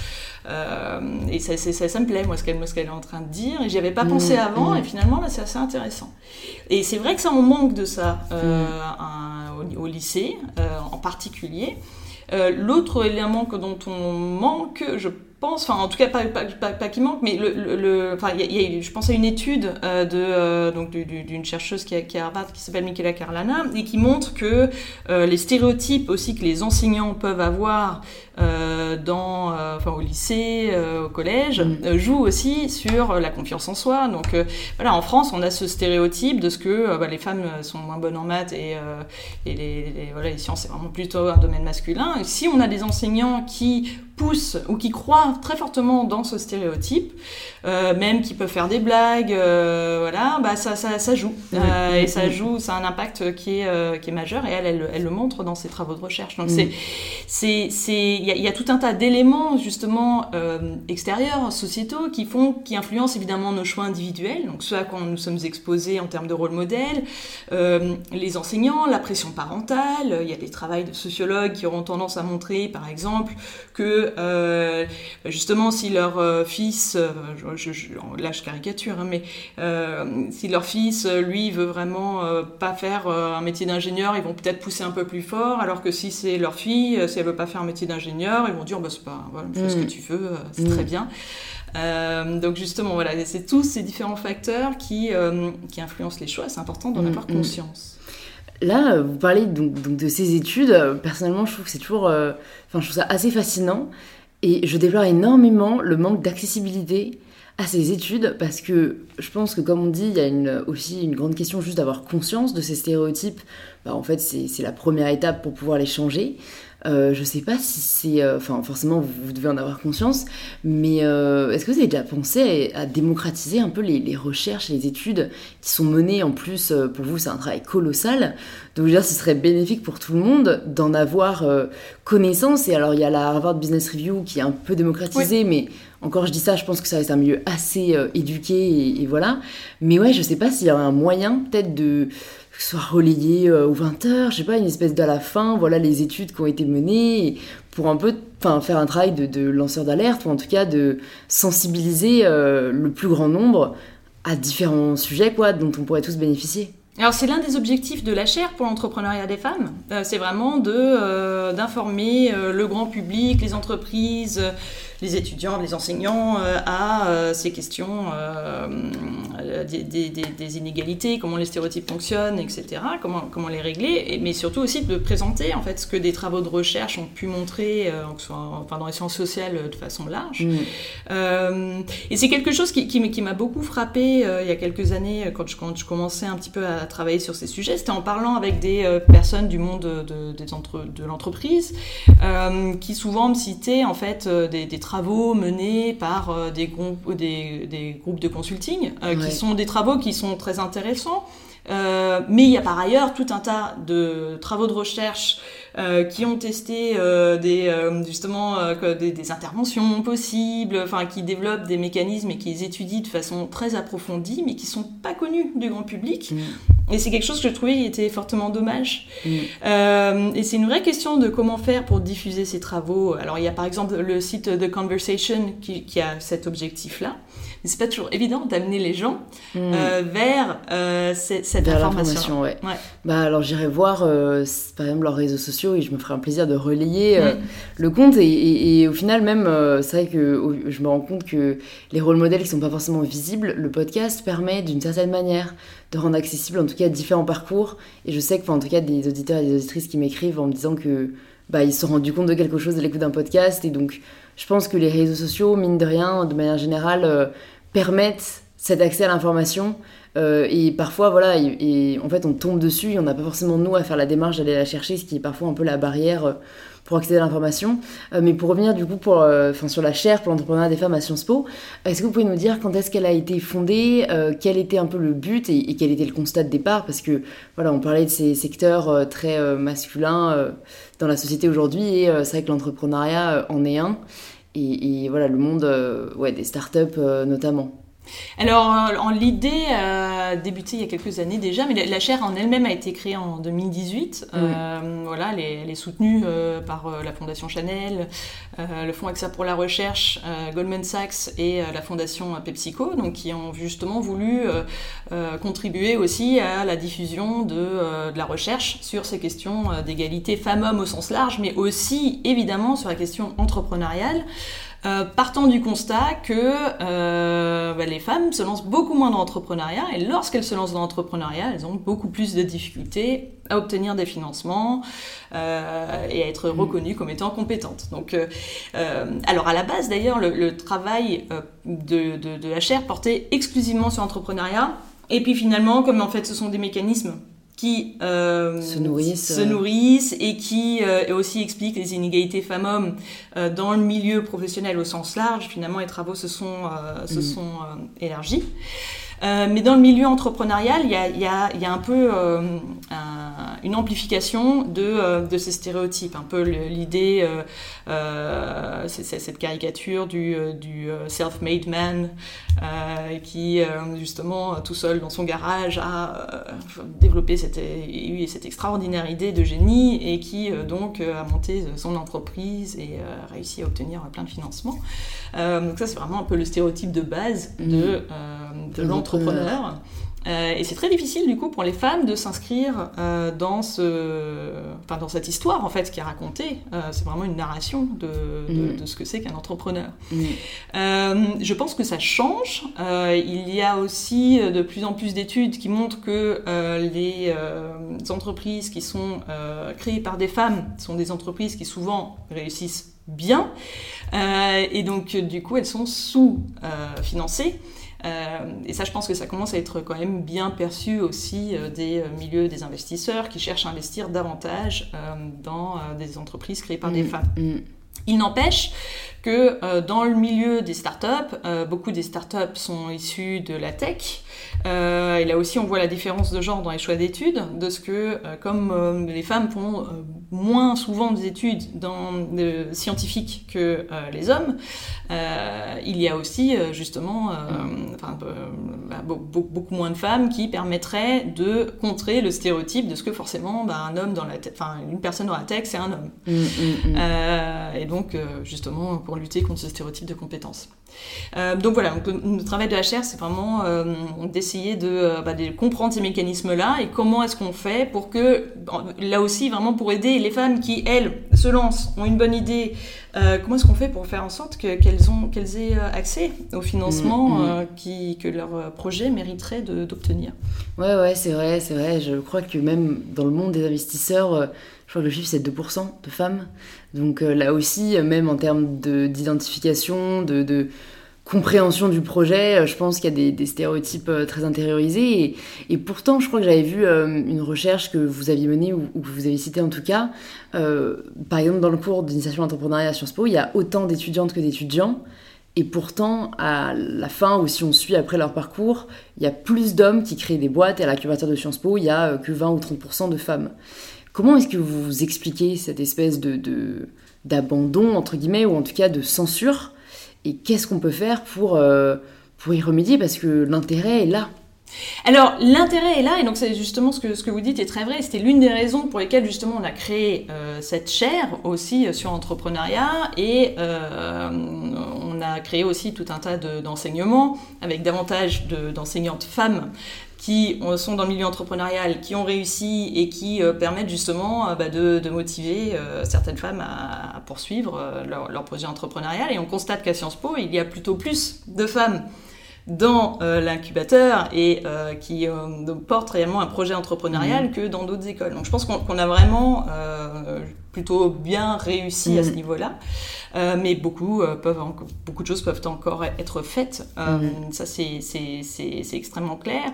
euh, et ça, ça, ça, ça me plaît moi ce qu'elle, ce qu'elle est en train de dire et j'y avais pas mmh, pensé avant mmh. et finalement là c'est assez intéressant et c'est vrai que ça on manque de ça euh, mmh. un, au, au lycée euh, en particulier. Euh, l'autre élément que, dont on manque, je pense, enfin en tout cas pas, pas, pas, pas qu'il manque, mais le, le, le, enfin, y a, y a, je pense à une étude euh, de, euh, donc, du, du, d'une chercheuse qui, a, qui est à Harvard qui s'appelle Michaela Carlana et qui montre que euh, les stéréotypes aussi que les enseignants peuvent avoir euh, dans, euh, enfin, au lycée, euh, au collège, mmh. euh, jouent aussi sur la confiance en soi. Donc euh, voilà, en France, on a ce stéréotype de ce que euh, bah, les femmes sont moins bonnes en maths et, euh, et les, les, voilà, les sciences c'est vraiment plutôt un domaine masculin. Et si on a des enseignants qui poussent ou qui croient très fortement dans ce stéréotype, euh, même qui peuvent faire des blagues, euh, voilà, bah ça, ça, ça joue. Euh, mmh. Et ça joue, ça a un impact qui est, euh, qui est majeur et elle, elle, elle le montre dans ses travaux de recherche. Donc mmh. c'est, c'est, c'est, il y a, y a tout un tas d'éléments justement euh, extérieurs, sociétaux, qui font, qui influencent évidemment nos choix individuels. Donc ce à quoi nous sommes exposés en termes de rôle modèle, euh, les enseignants, la pression parentale. Il y a des travaux de sociologues qui auront tendance à montrer, par exemple, que euh, justement si leur euh, fils, euh, je, je, là je caricature, hein, mais euh, si leur fils, lui, veut vraiment euh, pas faire euh, un métier d'ingénieur, ils vont peut-être pousser un peu plus fort, alors que si c'est leur fille, si elle veut pas faire un métier d'ingénieur, ils vont dire bah c'est pas, voilà, fais mmh. ce que tu veux, c'est mmh. très bien. Euh, donc justement voilà, c'est tous ces différents facteurs qui euh, qui influencent les choix. C'est important d'en mmh. avoir conscience. Là, vous parlez donc, donc de ces études. Personnellement, je trouve que c'est toujours, euh, enfin, je trouve ça assez fascinant, et je déplore énormément le manque d'accessibilité à ces études parce que je pense que, comme on dit, il y a une, aussi une grande question juste d'avoir conscience de ces stéréotypes. Bah, en fait, c'est, c'est la première étape pour pouvoir les changer. Euh, je sais pas si c'est... Enfin, euh, forcément, vous, vous devez en avoir conscience, mais euh, est-ce que vous avez déjà pensé à, à démocratiser un peu les, les recherches et les études qui sont menées? En plus, euh, pour vous, c'est un travail colossal. Donc, je veux dire, ce serait bénéfique pour tout le monde d'en avoir euh, connaissance. Et alors, il y a la Harvard Business Review qui est un peu démocratisée, oui. mais encore, je dis ça, je pense que ça reste un milieu assez euh, éduqué, et, et voilà. Mais ouais, je sais pas s'il y a un moyen, peut-être, de... que ce soit relayé euh, aux vingt heures, je sais pas, une espèce d'à la fin, voilà les études qui ont été menées, pour un peu faire un travail de, de lanceur d'alerte, ou en tout cas de sensibiliser euh, le plus grand nombre à différents sujets quoi, dont on pourrait tous bénéficier. Alors c'est l'un des objectifs de la chaire pour l'entrepreneuriat des femmes, euh, c'est vraiment de, euh, d'informer euh, le grand public, les entreprises, euh, les étudiants, les enseignants euh, à euh, ces questions euh, des, des, des inégalités, comment les stéréotypes fonctionnent, et cetera, comment, comment les régler, et, mais surtout aussi de présenter en fait ce que des travaux de recherche ont pu montrer, euh, que ce soit, enfin, dans les sciences sociales de façon large. Mmh. Euh, et c'est quelque chose qui, qui, qui m'a beaucoup frappée euh, il y a quelques années quand je, quand je commençais un petit peu à travailler sur ces sujets, c'était en parlant avec des euh, personnes du monde de, de, des entre, de l'entreprise euh, qui souvent me citaient en fait euh, des, des travaux menés par euh, des, groupes, des, des groupes de consulting euh, ouais. qui sont des travaux qui sont très intéressants. Euh, mais il y a par ailleurs tout un tas de travaux de recherche euh, qui ont testé euh, des, euh, justement euh, des, des interventions possibles, enfin qui développent des mécanismes et qui les étudient de façon très approfondie, mais qui sont pas connus du grand public. Mmh. Et c'est quelque chose que je trouvais qui était fortement dommage. Mmh. Euh, et c'est une vraie question de comment faire pour diffuser ces travaux. Alors il y a par exemple le site The Conversation qui, qui a cet objectif-là. Mais c'est pas toujours évident d'amener les gens mmh. euh, vers euh, cette, cette vers information. Ouais. Ouais. Bah alors j'irai voir euh, par exemple leurs réseaux sociaux et je me ferai un plaisir de relayer euh, mmh. le compte et, et, et au final même euh, c'est vrai que je me rends compte que les rôles modèles qui sont pas forcément visibles, le podcast permet d'une certaine manière de rendre accessible en tout cas différents parcours et je sais que en tout cas des auditeurs et des auditrices qui m'écrivent en me disant que bah ils se sont rendus compte de quelque chose de l'écoute d'un podcast et donc je pense que les réseaux sociaux mine de rien de manière générale euh, permettent cet accès à l'information Euh, et parfois, voilà, et, et en fait, on tombe dessus et on n'a pas forcément, nous, à faire la démarche d'aller la chercher, ce qui est parfois un peu la barrière euh, pour accéder à l'information. Euh, mais pour revenir, du coup, pour, euh, sur la chaire pour l'entrepreneuriat des femmes à Sciences Po, est-ce que vous pouvez nous dire quand est-ce qu'elle a été fondée, euh, quel était un peu le but et, et quel était le constat de départ? Parce que, voilà, on parlait de ces secteurs euh, très euh, masculins euh, dans la société aujourd'hui, et euh, c'est vrai que l'entrepreneuriat euh, en est un. Et, et voilà, le monde euh, ouais, des startups euh, notamment. Alors, en, l'idée a débuté il y a quelques années déjà, mais la, la chaire en elle-même a été créée en deux mille dix-huit. Mmh. Euh, voilà, elle est, elle est soutenue euh, par euh, la Fondation Chanel, euh, le Fonds AXA pour la recherche, euh, Goldman Sachs et euh, la Fondation PepsiCo, donc qui ont justement voulu euh, euh, contribuer aussi à la diffusion de, euh, de la recherche sur ces questions euh, d'égalité femmes-hommes au sens large, mais aussi évidemment sur la question entrepreneuriale. Euh, partant du constat que euh, bah, les femmes se lancent beaucoup moins dans l'entrepreneuriat, et lorsqu'elles se lancent dans l'entrepreneuriat, elles ont beaucoup plus de difficultés à obtenir des financements euh, et à être reconnues comme étant compétentes. Donc, euh, euh, alors à la base d'ailleurs, le, le travail euh, de, de, de la chaire portait exclusivement sur l'entrepreneuriat, et puis finalement, comme en fait ce sont des mécanismes qui euh, se, nourrissent, se nourrissent et qui euh, aussi expliquent les inégalités femmes-hommes euh, dans le milieu professionnel au sens large. Finalement, les travaux se sont, euh, se mmh. sont euh, élargis. Euh, mais dans le milieu entrepreneurial, il y a, y a, y a un peu euh, un, une amplification de, euh, de ces stéréotypes. Un peu l'idée, euh, euh, c'est, c'est cette caricature du, du self-made man euh, qui, euh, justement, tout seul dans son garage a euh, développé cette, eu cette extraordinaire idée de génie et qui, euh, donc, a monté son entreprise et euh, réussi à obtenir plein de financements. Euh, donc ça, c'est vraiment un peu le stéréotype de base de, euh, de l'entrepreneur. Euh, et c'est très difficile, du coup, pour les femmes de s'inscrire euh, dans, ce, enfin, dans cette histoire, en fait, qui est racontée. Euh, c'est vraiment une narration de, de, mmh. de ce que c'est qu'un entrepreneur. Mmh. Euh, je pense que ça change. Euh, il y a aussi de plus en plus d'études qui montrent que euh, les euh, entreprises qui sont euh, créées par des femmes sont des entreprises qui souvent réussissent bien. Euh, et donc, du coup, elles sont sous-financées. Euh, et ça, je pense que ça commence à être quand même bien perçu aussi euh, des euh, milieux des investisseurs qui cherchent à investir davantage euh, dans euh, des entreprises créées par mmh, des femmes. Mmh. Il n'empêche que euh, dans le milieu des startups, euh, beaucoup des startups sont issues de la tech. Euh, et là aussi, on voit la différence de genre dans les choix d'études, de ce que, euh, comme euh, les femmes font euh, moins souvent des études dans, de, scientifiques que euh, les hommes, euh, il y a aussi euh, justement euh, enfin, euh, bah, beaucoup, beaucoup moins de femmes qui permettraient de contrer le stéréotype de ce que forcément bah, un homme dans la te- enfin une personne dans la tech, c'est un homme. Mmh, mmh, euh, et donc euh, justement pour lutter contre ce stéréotype de compétences. Euh, donc voilà, donc, le, le travail de la chaire, c'est vraiment euh, d'essayer de, euh, bah, de comprendre ces mécanismes-là et comment est-ce qu'on fait pour que, là aussi, vraiment pour aider les femmes qui, elles, se lancent, ont une bonne idée, euh, comment est-ce qu'on fait pour faire en sorte que, qu'elles, ont, qu'elles aient accès au financement mmh, euh, qui, que leur projet mériterait de, d'obtenir. Ouais, ouais, c'est vrai, c'est vrai. Je crois que même dans le monde des investisseurs, euh, je crois que le chiffre, c'est deux pour cent de femmes. Donc euh, là aussi, même en termes de, d'identification, de, de compréhension du projet, je pense qu'il y a des, des stéréotypes très intériorisés. Et, et pourtant, je crois que j'avais vu euh, une recherche que vous aviez menée, ou, ou que vous avez citée en tout cas. Euh, par exemple, dans le cours d'initiation à l'entrepreneuriat à Sciences Po, il y a autant d'étudiantes que d'étudiants. Et pourtant, à la fin, ou si on suit après leur parcours, il y a plus d'hommes qui créent des boîtes. Et à l'incubateur de Sciences Po, il y a que vingt ou trente pour cent de femmes. Comment est-ce que vous expliquez cette espèce de, de, d'abandon, entre guillemets, ou en tout cas de censure ? Et qu'est-ce qu'on peut faire pour, euh, pour y remédier ? Parce que l'intérêt est là. Alors, l'intérêt est là, et donc c'est justement ce que, ce que vous dites est très vrai. C'était l'une des raisons pour lesquelles justement on a créé euh, cette chaire aussi euh, sur l'entrepreneuriat, et euh, on a créé aussi tout un tas de, d'enseignements avec davantage de, d'enseignantes femmes qui sont dans le milieu entrepreneurial, qui ont réussi et qui euh, permettent justement euh, bah, de, de motiver euh, certaines femmes à, à poursuivre euh, leur, leur projet entrepreneurial. Et on constate qu'à Sciences Po, il y a plutôt plus de femmes dans euh, l'incubateur et euh, qui euh, portent réellement un projet entrepreneurial mmh. que dans d'autres écoles. Donc je pense qu'on, qu'on a vraiment euh, plutôt bien réussi mmh. à ce niveau-là. Euh, mais beaucoup, euh, peuvent en, beaucoup de choses peuvent encore être faites. Euh, mmh. Ça, c'est, c'est, c'est, c'est extrêmement clair.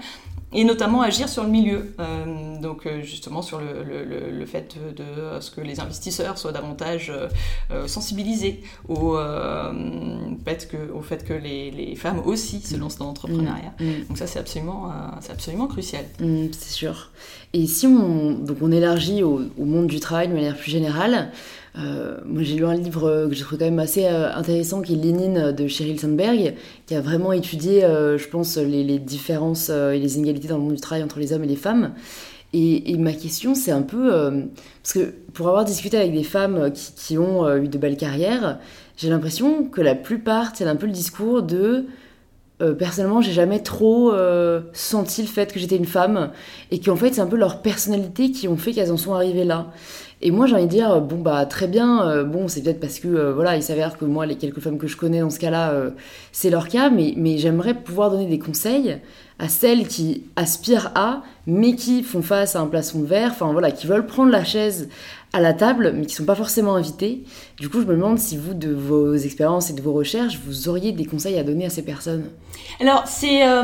et notamment agir sur le milieu, euh, donc euh, justement sur le, le, le fait de, de ce que les investisseurs soient davantage euh, sensibilisés au, euh, fait que, au fait que les, les femmes aussi se lancent dans l'entrepreneuriat. Mmh, mmh. Donc ça c'est absolument, euh, c'est absolument crucial. Mmh, c'est sûr. Et si on, donc on élargit au, au monde du travail de manière plus générale, Euh, moi j'ai lu un livre que je trouve quand même assez euh, intéressant qui est Lénine de Sheryl Sandberg, qui a vraiment étudié euh, je pense les, les différences euh, et les inégalités dans le monde du travail entre les hommes et les femmes. Et, et ma question c'est un peu euh, parce que pour avoir discuté avec des femmes qui, qui ont euh, eu de belles carrières, j'ai l'impression que la plupart c'est un peu le discours de Euh, personnellement, j'ai jamais trop euh, senti le fait que j'étais une femme et qu'en fait, c'est un peu leur personnalité qui ont fait qu'elles en sont arrivées là. Et moi, j'ai envie de dire, bon, bah, très bien, euh, bon, c'est peut-être parce que, euh, voilà, il s'avère que moi, les quelques femmes que je connais dans ce cas-là, euh, c'est leur cas, mais, mais j'aimerais pouvoir donner des conseils à celles qui aspirent à, mais qui font face à un plafond de verre, enfin, voilà, qui veulent prendre la chaise à la table, mais qui sont pas forcément invitées. Du coup, je me demande si vous, de vos expériences et de vos recherches, vous auriez des conseils à donner à ces personnes. Alors, c'est, euh,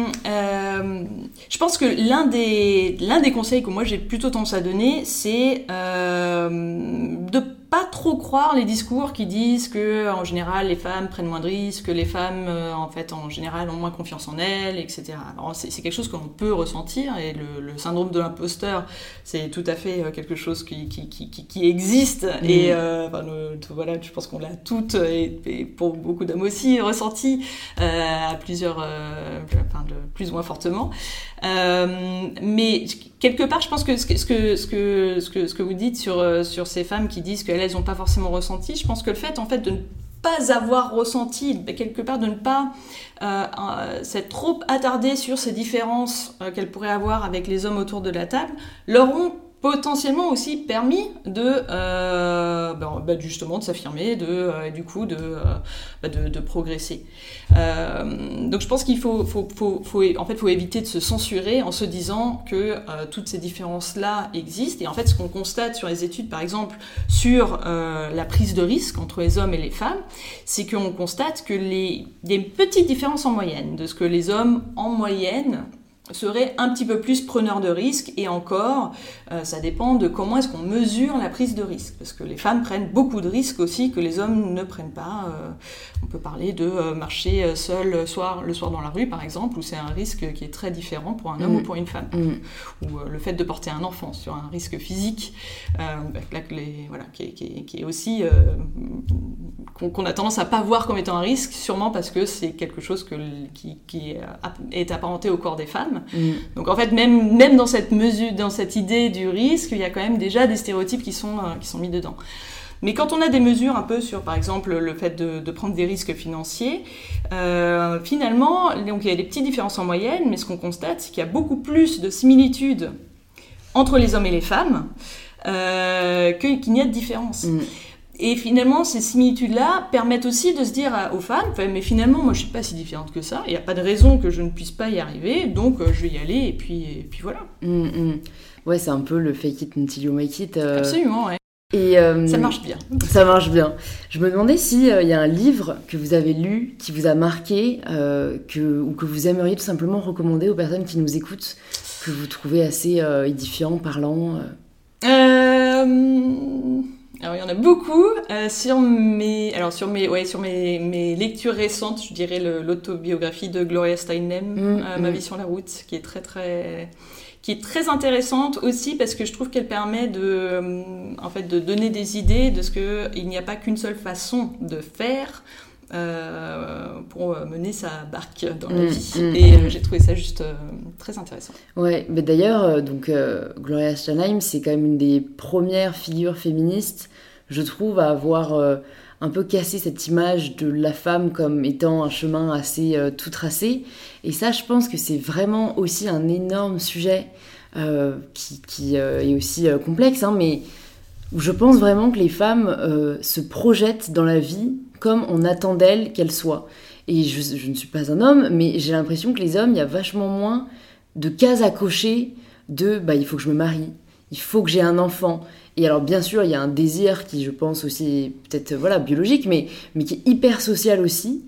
euh, je pense que l'un des, l'un des conseils que moi j'ai plutôt tendance à donner, c'est euh, de pas trop croire les discours qui disent que en général les femmes prennent moins de risques, que les femmes euh, en fait en général ont moins confiance en elles, et cetera. Alors c'est, c'est quelque chose qu'on peut ressentir et le, le syndrome de l'imposteur, c'est tout à fait quelque chose qui qui qui, qui existe mmh. et euh, enfin, le, tout, voilà, je pense qu'on l'a toutes et, et pour beaucoup d'hommes aussi ressenti euh, à plusieurs, euh, enfin de plus ou moins fortement. Euh, mais quelque part, je pense que ce que ce que ce que ce que, ce que vous dites sur sur ces femmes qui disent qu'elles elles n'ont pas forcément ressenti, je pense que le fait en fait de ne pas avoir ressenti, quelque part de ne pas euh, euh, s'être trop attardé sur ces différences euh, qu'elles pourraient avoir avec les hommes autour de la table, leur ont potentiellement aussi permis de euh, bah, bah justement de s'affirmer, de euh, du coup de, euh, bah de de progresser. Euh, donc je pense qu'il faut faut faut faut en fait faut éviter de se censurer en se disant que euh, toutes ces différences là existent. Et en fait ce qu'on constate sur les études par exemple sur euh, la prise de risque entre les hommes et les femmes, c'est qu'on constate que les des petites différences en moyenne de ce que les hommes en moyenne seraient un petit peu plus preneurs de risques, et encore, euh, ça dépend de comment est-ce qu'on mesure la prise de risque, parce que les femmes prennent beaucoup de risques aussi que les hommes ne prennent pas. Euh, on peut parler de euh, marcher seul le soir, le soir dans la rue, par exemple, où c'est un risque qui est très différent pour un homme mmh. ou pour une femme. Mmh. Ou euh, le fait de porter un enfant sur un risque physique, euh, là, les, voilà, qui, est, qui, est, qui est aussi... Euh, qu'on, qu'on a tendance à pas voir comme étant un risque, sûrement parce que c'est quelque chose que, qui, qui est apparenté au corps des femmes. Mmh. Donc en fait, même, même dans cette mesure, dans cette idée du risque, il y a quand même déjà des stéréotypes qui sont, euh, qui sont mis dedans. Mais quand on a des mesures un peu sur, par exemple, le fait de, de prendre des risques financiers, euh, finalement, donc il y a des petites différences en moyenne, mais ce qu'on constate, c'est qu'il y a beaucoup plus de similitudes entre les hommes et les femmes euh, que, qu'il n'y a de différence. Mmh. Et finalement, ces similitudes-là permettent aussi de se dire aux femmes, mais finalement, moi, je ne suis pas si différente que ça, il n'y a pas de raison que je ne puisse pas y arriver, donc euh, je vais y aller, et puis, et puis voilà. Mmh, mmh. Ouais, c'est un peu le fake it until you make it. Euh... Absolument, ouais. Et, euh, ça marche bien. Ça marche bien. Je me demandais s'il euh, y a un livre que vous avez lu, qui vous a marqué, euh, que, ou que vous aimeriez tout simplement recommander aux personnes qui nous écoutent, que vous trouvez assez euh, édifiant, parlant. Euh... euh... Alors il y en a beaucoup euh, sur mes, alors sur mes, ouais, sur mes, mes lectures récentes, je dirais le, l'autobiographie de Gloria Steinem, mmh, euh, mmh. Ma vie sur la route, qui est très très, qui est très intéressante aussi parce que je trouve qu'elle permet de, en fait, de donner des idées de ce que il n'y a pas qu'une seule façon de faire. Euh, pour mener sa barque dans la mmh, vie mmh, et euh, j'ai trouvé ça juste euh, très intéressant. Ouais, mais d'ailleurs euh, donc euh, Gloria Steinem c'est quand même une des premières figures féministes, je trouve, à avoir euh, un peu cassé cette image de la femme comme étant un chemin assez euh, tout tracé, et ça je pense que c'est vraiment aussi un énorme sujet euh, qui, qui euh, est aussi euh, complexe, hein, mais où je pense vraiment que les femmes euh, se projettent dans la vie comme on attend d'elles qu'elles soient. Et je, je ne suis pas un homme, mais j'ai l'impression que les hommes, il y a vachement moins de cases à cocher de bah, il faut que je me marie, il faut que j'ai un enfant. Et alors bien sûr, il y a un désir qui, je pense, aussi peut-être voilà, biologique, mais, mais qui est hyper social aussi.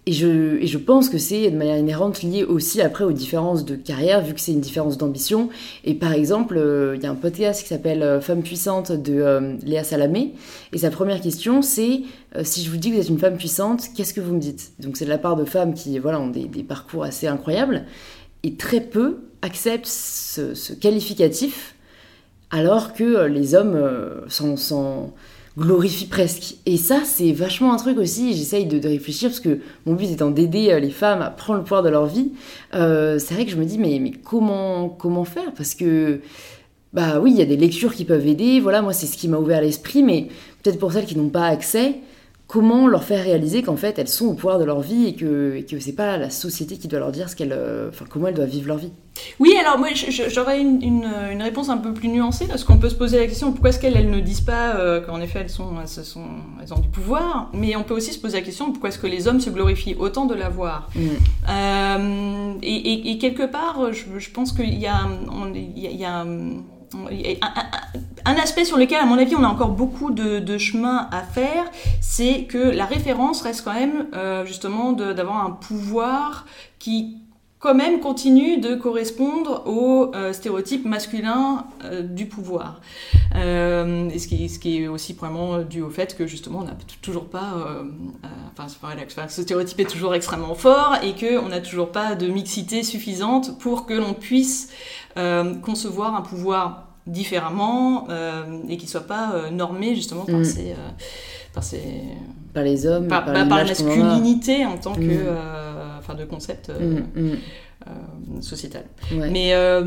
Et je, et je pense que c'est de manière inhérente lié aussi après aux différences de carrière, vu que c'est une différence d'ambition. Et par exemple, il euh, y a un podcast qui s'appelle euh, Femme puissante de euh, Léa Salamé. Et sa première question, c'est euh, si je vous dis que vous êtes une femme puissante, qu'est-ce que vous me dites ? Donc c'est de la part de femmes qui voilà, ont des, des parcours assez incroyables. Et très peu acceptent ce, ce qualificatif, alors que euh, les hommes euh, s'en... s'en glorifie presque. Et ça, c'est vachement un truc aussi, j'essaye de, de réfléchir, parce que mon but étant d'aider euh, les femmes à prendre le pouvoir de leur vie, euh, c'est vrai que je me dis, mais, mais comment, comment faire ? Parce que, bah oui, il y a des lectures qui peuvent aider, voilà, moi c'est ce qui m'a ouvert l'esprit, mais peut-être pour celles qui n'ont pas accès, comment leur faire réaliser qu'en fait, elles sont au pouvoir de leur vie et que, et que c'est pas la société qui doit leur dire ce qu'elles, euh, enfin, comment elles doivent vivre leur vie. Oui, alors moi j'aurais une, une, une réponse un peu plus nuancée, parce qu'on peut se poser la question pourquoi est-ce qu'elles elles ne disent pas euh, qu'en effet elles, sont, elles, sont, elles ont du pouvoir, mais on peut aussi se poser la question pourquoi est-ce que les hommes se glorifient autant de l'avoir. Mmh. Euh, et, et, et quelque part, je, je pense qu'il y a, on, il y a, il y a Un, un, un aspect sur lequel, à mon avis, on a encore beaucoup de, de chemin à faire, c'est que la référence reste quand même euh, justement de, d'avoir un pouvoir qui quand même continue de correspondre aux euh, stéréotypes masculins euh, du pouvoir. Euh, et ce qui, ce qui est aussi probablement dû au fait que justement on n'a toujours pas, euh, euh, enfin, enfin ce stéréotype est toujours extrêmement fort et qu'on n'a toujours pas de mixité suffisante pour que l'on puisse euh, concevoir un pouvoir différemment euh, et qui soit pas euh, normé justement par, mmh. ces, euh, par ces par les hommes, par, par, par, par la masculinité en tant que mmh. euh, enfin de concept euh, mmh. Mmh. Euh, sociétal. Ouais. Mais euh,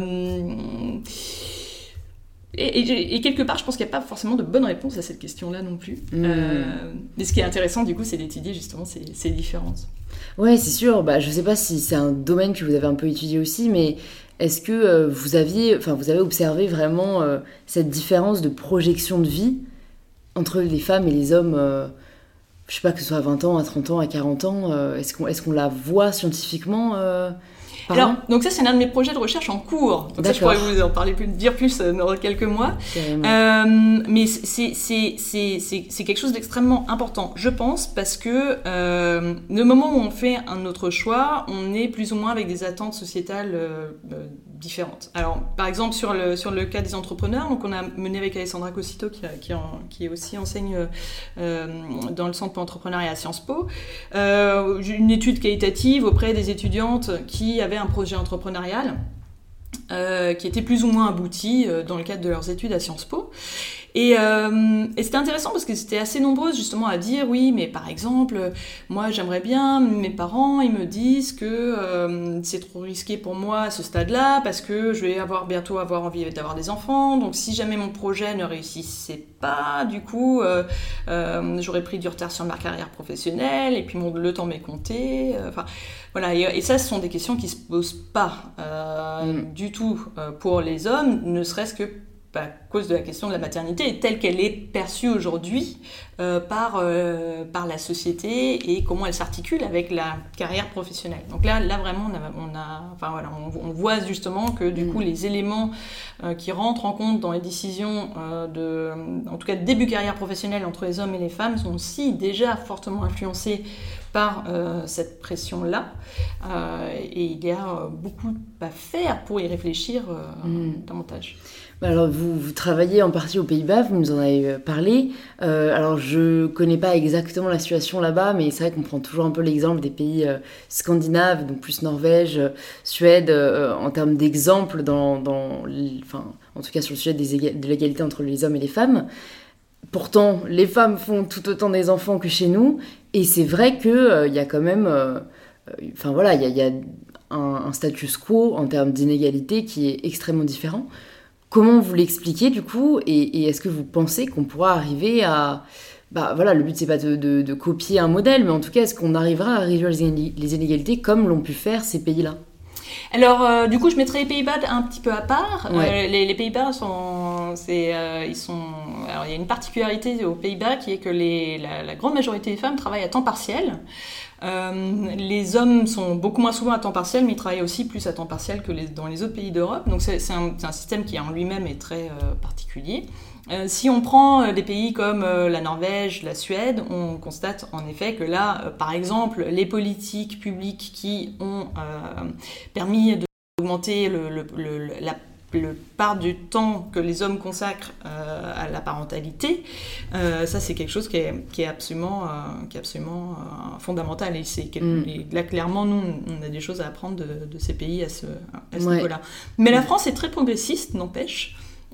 et, et, et quelque part, je pense qu'il n'y a pas forcément de bonne réponse à cette question-là non plus. Mmh. Euh, mais ce qui est intéressant, du coup, c'est d'étudier justement ces, ces différences. Ouais, c'est sûr. Bah, je ne sais pas si c'est un domaine que vous avez un peu étudié aussi, mais est-ce que euh, vous aviez, enfin, vous avez observé vraiment euh, cette différence de projection de vie entre les femmes et les hommes euh, je ne sais pas, que ce soit à vingt ans, à trente ans, à quarante ans, euh, est-ce qu'on, est-ce qu'on la voit scientifiquement euh, Alors, donc ça, c'est l'un de mes projets de recherche en cours. Donc D'accord. ça, je pourrais vous en parler plus, dire plus dans quelques mois. Euh, mais c'est, c'est, c'est, c'est, c'est quelque chose d'extrêmement important, je pense, parce que euh, le moment où on fait un autre choix, on est plus ou moins avec des attentes sociétales euh, euh, différentes. Alors, par exemple, sur le, sur le cas des entrepreneurs, donc on a mené avec Alessandra Cossito, qui, qui, en, qui aussi enseigne euh, dans le centre pour l'entrepreneuriat à Sciences Po, euh, une étude qualitative auprès des étudiantes qui avaient un projet entrepreneurial euh, qui était plus ou moins abouti euh, dans le cadre de leurs études à Sciences Po. Et, euh, et c'était intéressant parce que c'était assez nombreuses justement à dire oui, mais par exemple, moi j'aimerais bien, mes parents ils me disent que euh, c'est trop risqué pour moi à ce stade-là parce que je vais avoir bientôt avoir envie d'avoir des enfants, donc si jamais mon projet ne réussissait pas, du coup euh, euh, j'aurais pris du retard sur ma carrière professionnelle et puis mon, le temps m'est compté. Enfin euh, voilà, et, et ça ce sont des questions qui se posent pas euh, mmh. du tout euh, pour les hommes, ne serait-ce que à cause de la question de la maternité et telle qu'elle est perçue aujourd'hui euh, par, euh, par la société et comment elle s'articule avec la carrière professionnelle. Donc là, là vraiment, on, a, on, a, enfin, voilà, on, on voit justement que du coup, les éléments euh, qui rentrent en compte dans les décisions, euh, de, en tout cas de début carrière professionnelle entre les hommes et les femmes, sont aussi déjà fortement influencés par euh, cette pression-là. Euh, et il y a beaucoup à faire pour y réfléchir euh, mmh. davantage. Alors, vous, vous travaillez en partie aux Pays-Bas, vous nous en avez parlé. Euh, alors, je connais pas exactement la situation là-bas, mais c'est vrai qu'on prend toujours un peu l'exemple des pays euh, scandinaves, donc plus Norvège, euh, Suède, euh, en termes d'exemple, dans, dans, enfin, en tout cas sur le sujet des éga- de l'égalité entre les hommes et les femmes. Pourtant, les femmes font tout autant des enfants que chez nous, et c'est vrai qu'il euh, y a quand même... Euh, enfin voilà, il y a, y a un, un status quo en termes d'inégalité qui est extrêmement différent. Comment vous l'expliquez du coup, et, et est-ce que vous pensez qu'on pourra arriver à... Bah voilà, le but c'est pas de, de, de copier un modèle, mais en tout cas, est-ce qu'on arrivera à réduire les inégalités comme l'ont pu faire ces pays-là ? Alors, euh, du coup, je mettrais les Pays-Bas un petit peu à part. Ouais. Euh, les, les Pays-Bas sont, c'est, euh, ils sont. Alors, il y a une particularité aux Pays-Bas qui est que les, la, la grande majorité des femmes travaillent à temps partiel. Euh, les hommes sont beaucoup moins souvent à temps partiel, mais ils travaillent aussi plus à temps partiel que les, dans les autres pays d'Europe. Donc, c'est, c'est, un, c'est un système qui en lui-même est très euh, particulier. Euh, si on prend euh, des pays comme euh, la Norvège, la Suède, on constate en effet que là, euh, par exemple, les politiques publiques qui ont euh, permis d'augmenter le, le, le, la le part du temps que les hommes consacrent euh, à la parentalité, euh, ça c'est quelque chose qui est, qui est absolument, euh, qui est absolument euh, fondamental. Et, c'est, mm. et là clairement, nous, on a des choses à apprendre de, de ces pays à ce, à ce ouais. niveau-là. Mais la France est très progressiste, n'empêche.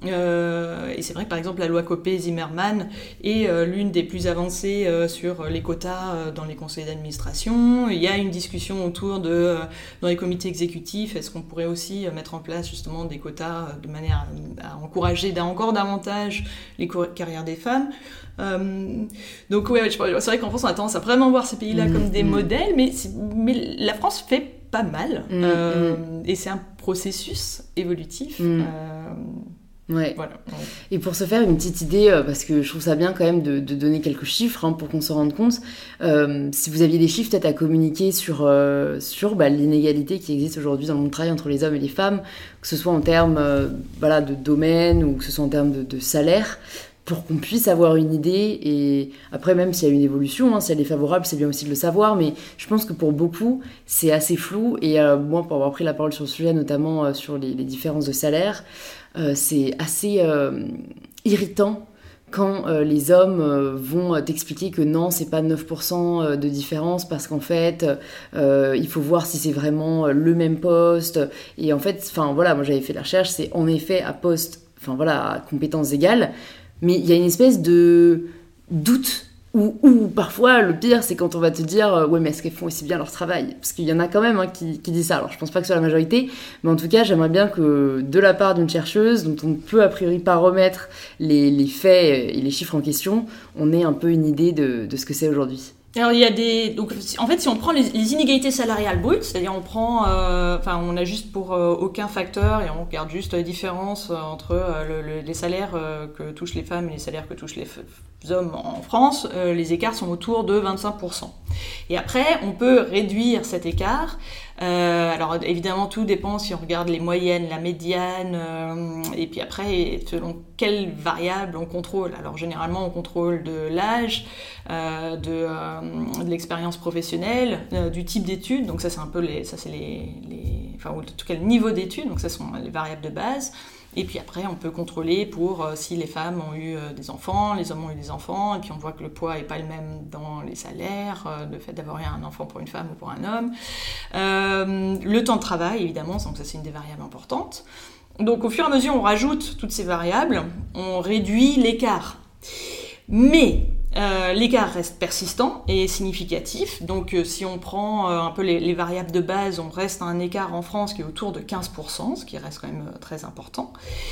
Euh, et c'est vrai que par exemple la loi Copé-Zimmermann est euh, l'une des plus avancées euh, sur les quotas euh, dans les conseils d'administration. Il y a une discussion autour de, euh, dans les comités exécutifs, est-ce qu'on pourrait aussi euh, mettre en place justement des quotas euh, de manière à, à encourager encore davantage les carrières des femmes. Euh, donc ouais, c'est vrai qu'en France on a tendance à vraiment voir ces pays-là mmh, comme des mmh. modèles, mais, mais la France fait pas mal, mmh, euh, mmh. et c'est un processus évolutif. Mmh. Euh, Ouais. Voilà. Et pour se faire une petite idée, euh, parce que je trouve ça bien quand même de, de donner quelques chiffres hein, pour qu'on se rende compte, euh, si vous aviez des chiffres peut-être à communiquer sur, euh, sur bah, l'inégalité qui existe aujourd'hui dans le monde du travail entre les hommes et les femmes, que ce soit en termes euh, voilà, de domaine ou que ce soit en termes de, de salaire, pour qu'on puisse avoir une idée. Et après, même s'il y a une évolution, hein, si elle est favorable, c'est bien aussi de le savoir, mais je pense que pour beaucoup, c'est assez flou. Et euh, moi, pour avoir pris la parole sur le sujet, notamment euh, sur les, les différences de salaire, Euh, c'est assez euh, irritant quand euh, les hommes euh, vont t'expliquer que non, c'est pas neuf pour cent de différence parce qu'en fait, euh, il faut voir si c'est vraiment le même poste. Et en fait, enfin voilà, moi j'avais fait la recherche, c'est en effet à poste, enfin voilà, à compétences égales, mais il y a une espèce de doute. Ou, ou parfois, le pire, c'est quand on va te dire euh, « Ouais, mais est-ce qu'elles font aussi bien leur travail ?» Parce qu'il y en a quand même hein, qui, qui disent ça. Alors, je pense pas que ce soit la majorité, mais en tout cas, j'aimerais bien que, de la part d'une chercheuse, dont on ne peut a priori pas remettre les, les faits et les chiffres en question, on ait un peu une idée de, de ce que c'est aujourd'hui. Alors il y a des donc en fait si on prend les, les inégalités salariales brutes, c'est-à-dire on prend euh, enfin on a juste pour euh, aucun facteur et on regarde juste la différence euh, entre euh, le, le, les salaires euh, que touchent les femmes et les salaires que touchent les f- hommes en France, euh, les écarts sont autour de vingt-cinq pour cent. Et après on peut réduire cet écart. Euh, alors évidemment tout dépend si on regarde les moyennes, la médiane, euh, et puis après selon quelles variables on contrôle. Alors généralement on contrôle de l'âge, euh, de, euh, de l'expérience professionnelle, euh, du type d'études. Donc ça c'est un peu les, ça c'est les, les, enfin en tout cas le niveau d'études. Donc ça sont les variables de base. Et puis après, on peut contrôler pour euh, si les femmes ont eu euh, des enfants, les hommes ont eu des enfants, et puis on voit que le poids n'est pas le même dans les salaires, euh, le fait d'avoir eu un enfant pour une femme ou pour un homme. Euh, le temps de travail, évidemment, donc ça c'est une des variables importantes. Donc au fur et à mesure, on rajoute toutes ces variables, on réduit l'écart. Mais Euh, l'écart reste persistant et significatif, donc euh, si on prend euh, un peu les, les variables de base, on reste à un écart en France qui est autour de quinze pour cent, ce qui reste quand même euh, très important.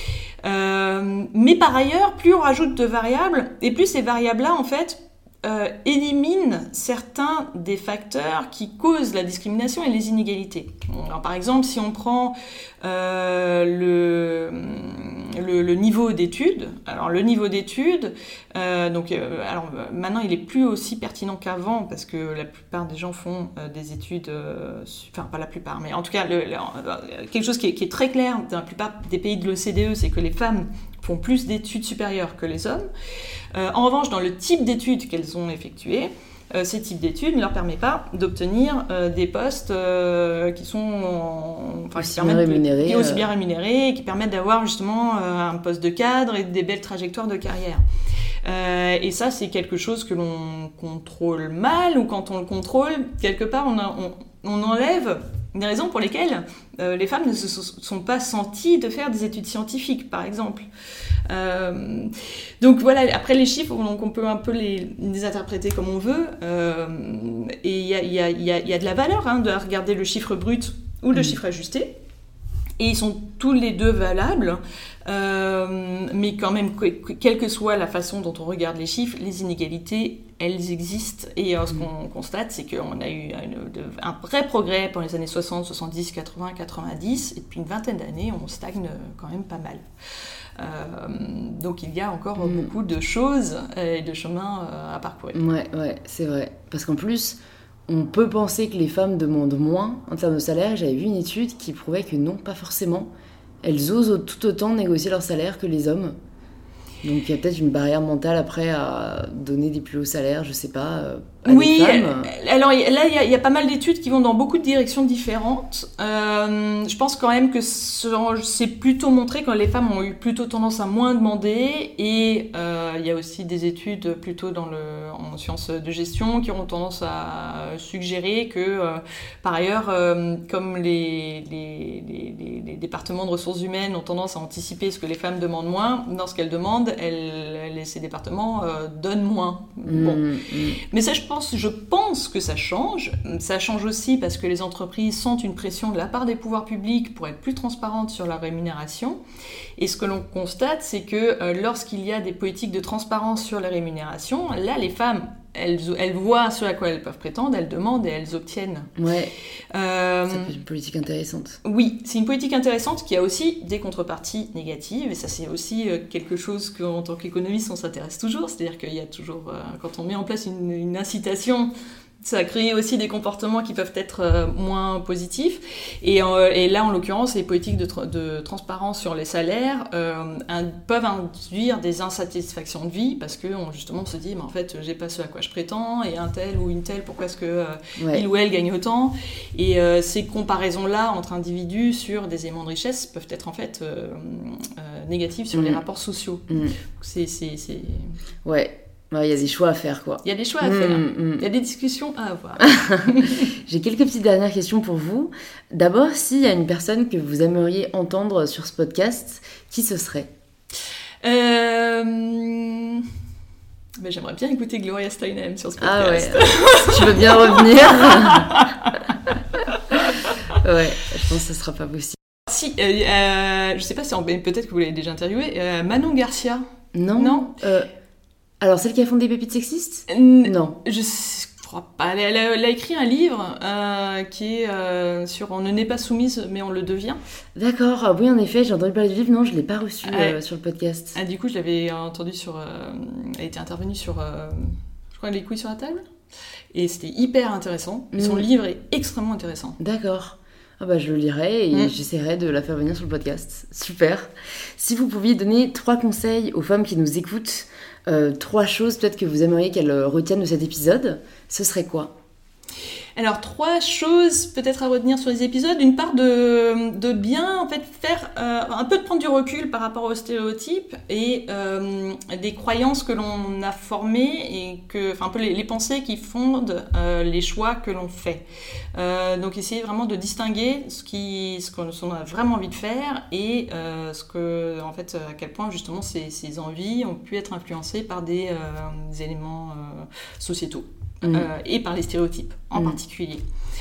Euh, mais par ailleurs, plus on rajoute de variables, et plus ces variables-là, en fait, euh, éliminent certains des facteurs qui causent la discrimination et les inégalités. Alors, par exemple, si on prend euh, le, le, le niveau d'études, alors le niveau d'études, euh, donc euh, alors maintenant il est plus aussi pertinent qu'avant parce que la plupart des gens font euh, des études, euh, enfin pas la plupart, mais en tout cas le, le, quelque chose qui est, qui est très clair dans la plupart des pays de l'O C D E, c'est que les femmes font plus d'études supérieures que les hommes. Euh, en revanche, dans le type d'études qu'elles ont effectuées, euh, ces types d'études ne leur permettent pas d'obtenir euh, des postes euh, qui sont en, enfin, aussi, qui bien rémunérés, de, qui euh... aussi bien rémunérés et qui permettent d'avoir justement euh, un poste de cadre et des belles trajectoires de carrière. Euh, et ça, c'est quelque chose que l'on contrôle mal, ou quand on le contrôle, quelque part, on, a, on, on enlève des raisons pour lesquelles euh, les femmes ne se sont pas senties de faire des études scientifiques, par exemple. Euh, donc voilà, après les chiffres, donc on peut un peu les, les interpréter comme on veut, euh, et il y a, y, a, y, a, y a de la valeur hein, de regarder le chiffre brut ou le mmh. chiffre ajusté, et ils sont tous les deux valables, euh, mais quand même, quelle que soit la façon dont on regarde les chiffres, les inégalités, elles existent, et euh, ce qu'on constate, c'est qu'on a eu une, de, un vrai progrès pendant les années soixante, soixante-dix, quatre-vingts, quatre-vingt-dix, et depuis une vingtaine d'années, on stagne quand même pas mal. Euh, donc il y a encore mmh. beaucoup de choses et de chemins euh, à parcourir. Ouais, ouais, c'est vrai. Parce qu'en plus, on peut penser que les femmes demandent moins en termes de salaire. J'avais vu une étude qui prouvait que non, pas forcément. Elles osent tout autant négocier leur salaire que les hommes. Donc il y a peut-être une barrière mentale après à donner des plus hauts salaires, je sais pas, euh, à oui, des femmes. Alors là il y, y a pas mal d'études qui vont dans beaucoup de directions différentes. Euh, je pense quand même que c'est plutôt montré quand les femmes ont eu plutôt tendance à moins demander, et euh, il y a aussi des études plutôt dans le, en sciences de gestion qui ont tendance à suggérer que euh, par ailleurs, euh, comme les, les, les, les, les départements de ressources humaines ont tendance à anticiper ce que les femmes demandent moins, dans ce qu'elles demandent, elles, elles, ces départements euh, donnent moins. Mmh, bon. Mmh. Mais ça, je pense, je pense que ça change. Ça change aussi parce que les entreprises sentent une pression de la part des pouvoirs publics pour être plus transparentes sur leur rémunération. Et ce que l'on constate, c'est que euh, lorsqu'il y a des politiques de transparence sur les rémunérations, là, les femmes, elles, elles voient ce à quoi elles peuvent prétendre, elles demandent et elles obtiennent. Ouais. Euh, ça peut être une politique intéressante. Oui, c'est une politique intéressante qui a aussi des contreparties négatives, et ça c'est aussi quelque chose qu'en tant qu'économiste on s'intéresse toujours, c'est-à-dire qu'il y a toujours, euh, quand on met en place une, une incitation, ça crée aussi des comportements qui peuvent être euh, moins positifs. Et, euh, et là, en l'occurrence, les politiques de, tra- de transparence sur les salaires euh, un, peuvent induire des insatisfactions de vie, parce que on, justement on se dit, mais en fait, j'ai pas ce à quoi je prétends, et un tel ou une telle, pourquoi est-ce que euh, ouais. il ou elle gagne autant? Et euh, ces comparaisons-là entre individus sur des éléments de richesse peuvent être en fait euh, euh, négatives sur mmh. les rapports sociaux. Mmh. C'est, c'est, c'est... Ouais. Il y a des choix à faire, quoi. Il y a des choix à mmh, faire. Mmh. Il y a des discussions à avoir. J'ai quelques petites dernières questions pour vous. D'abord, s'il y a une personne que vous aimeriez entendre sur ce podcast, qui ce serait ? euh... ben, J'aimerais bien écouter Gloria Steinem sur ce podcast. Ah ouais, tu veux bien revenir ? Ouais, je pense que ce sera pas possible. Si, euh, euh, je sais pas si on... peut-être que vous l'avez déjà interviewé, euh, Manon Garcia. Non. Non euh... Alors, celle qui a fondé Pépites Sexistes ? Non. Je crois pas. Elle a, elle a, elle a écrit un livre euh, qui est euh, sur « On ne naît pas soumise, mais on le devient ». D'accord. Ah, oui, en effet, j'ai entendu parler du livre. Non, je ne l'ai pas reçu ah, euh, sur le podcast. Ah, du coup, je l'avais entendu sur... Euh, elle était intervenue sur, euh, je crois, Les couilles sur la table. Et c'était hyper intéressant. Mmh. Son livre est extrêmement intéressant. D'accord. Ah bah, je le lirai et mmh. j'essaierai de la faire venir sur le podcast. Super. Si vous pouviez donner trois conseils aux femmes qui nous écoutent, Euh, trois choses peut-être que vous aimeriez qu'elles retiennent de cet épisode, ce serait quoi ? Alors, trois choses peut-être à retenir sur les épisodes. Une part de, de bien, en fait, faire euh, un peu de prendre du recul par rapport aux stéréotypes et euh, des croyances que l'on a formées et que, enfin, un peu les, les pensées qui fondent euh, les choix que l'on fait. Euh, donc, essayer vraiment de distinguer ce qui, ce qu'on, ce qu'on a vraiment envie de faire et euh, ce que, en fait, à quel point justement ces, ces envies ont pu être influencées par des, euh, des éléments euh, sociétaux. Mmh. Euh, et par les stéréotypes en mmh. particulier.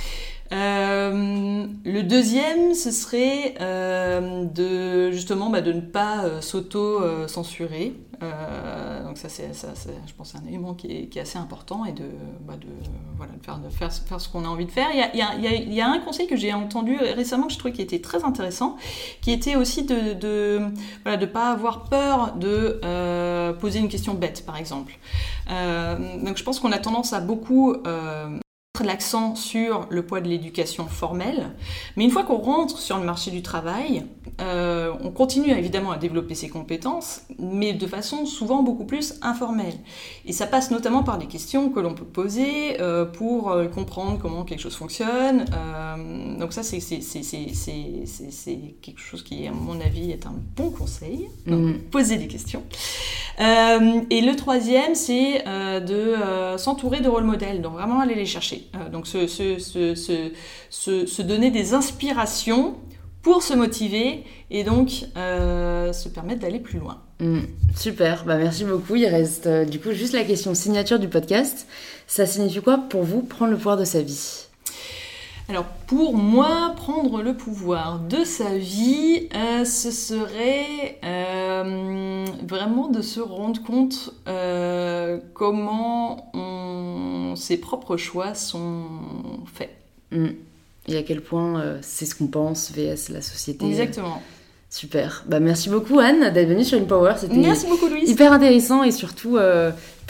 Euh, le deuxième, ce serait euh, de justement bah, de ne pas euh, s'auto-censurer. Euh, donc ça, c'est, ça c'est, je pense, c'est un élément qui est, qui est assez important, et de, bah, de, voilà, de, faire, de faire, faire ce qu'on a envie de faire. Il y a, il y a, il y a, il y a un conseil que j'ai entendu récemment que je trouvais qui était très intéressant, qui était aussi de de voilà, de pas avoir peur de euh, poser une question bête, par exemple. Euh, donc je pense qu'on a tendance à beaucoup euh, mettre l'accent sur le poids de l'éducation formelle, mais une fois qu'on rentre sur le marché du travail, euh, on continue évidemment à développer ses compétences, mais de façon souvent beaucoup plus informelle. Et ça passe notamment par des questions que l'on peut poser euh, pour euh, comprendre comment quelque chose fonctionne. Euh, donc ça, c'est, c'est, c'est, c'est, c'est, c'est, c'est quelque chose qui, à mon avis, est un bon conseil. Donc, mmh. poser des questions. Euh, et le troisième, c'est euh, de euh, s'entourer de rôles modèles, donc vraiment aller les chercher. Euh, donc se, se, se, se, se, se donner des inspirations pour se motiver et donc euh, se permettre d'aller plus loin. Mmh, super, bah, merci beaucoup. Il reste euh, du coup juste la question signature du podcast. Ça signifie quoi pour vous prendre le pouvoir de sa vie ? Alors pour moi, prendre le pouvoir de sa vie, euh, ce serait euh, vraiment de se rendre compte euh, comment on, ses propres choix sont faits. Mmh. Et à quel point euh, c'est ce qu'on pense versus la société. Exactement. Super. Bah, merci beaucoup Anne d'être venue sur InPower. C'était merci beaucoup Louise. Hyper intéressant et surtout euh,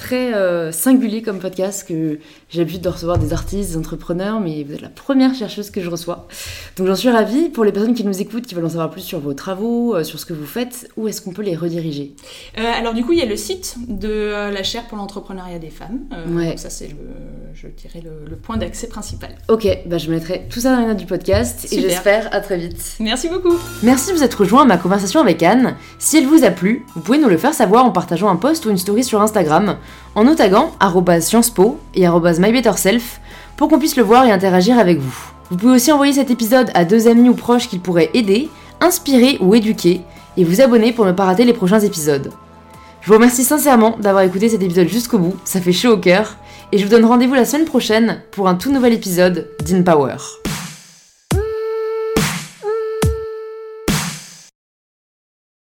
très euh, singulier comme podcast, que j'ai l'habitude de recevoir des artistes, des entrepreneurs, mais vous êtes la première chercheuse que je reçois. Donc j'en suis ravie. Pour les personnes qui nous écoutent, qui veulent en savoir plus sur vos travaux, euh, sur ce que vous faites, où est-ce qu'on peut les rediriger ? euh, Alors du coup, il y a le site de euh, la chaire pour l'entrepreneuriat des femmes. Euh, ouais. Donc ça, c'est, le, je dirais, le, le point d'accès principal. Ok, bah je mettrai tout ça dans les notes du podcast. Super. Et j'espère à très vite. Merci beaucoup. Merci de vous être rejoint à ma conversation avec Anne. Si elle vous a plu, vous pouvez nous le faire savoir en partageant un post ou une story sur Instagram, en nous taguant arobase sciences po et arobase mybetterself pour qu'on puisse le voir et interagir avec vous. Vous pouvez aussi envoyer cet épisode à deux amis ou proches qu'il pourrait aider, inspirer ou éduquer, et vous abonner pour ne pas rater les prochains épisodes. Je vous remercie sincèrement d'avoir écouté cet épisode jusqu'au bout, ça fait chaud au cœur, et je vous donne rendez-vous la semaine prochaine pour un tout nouvel épisode d'InPower.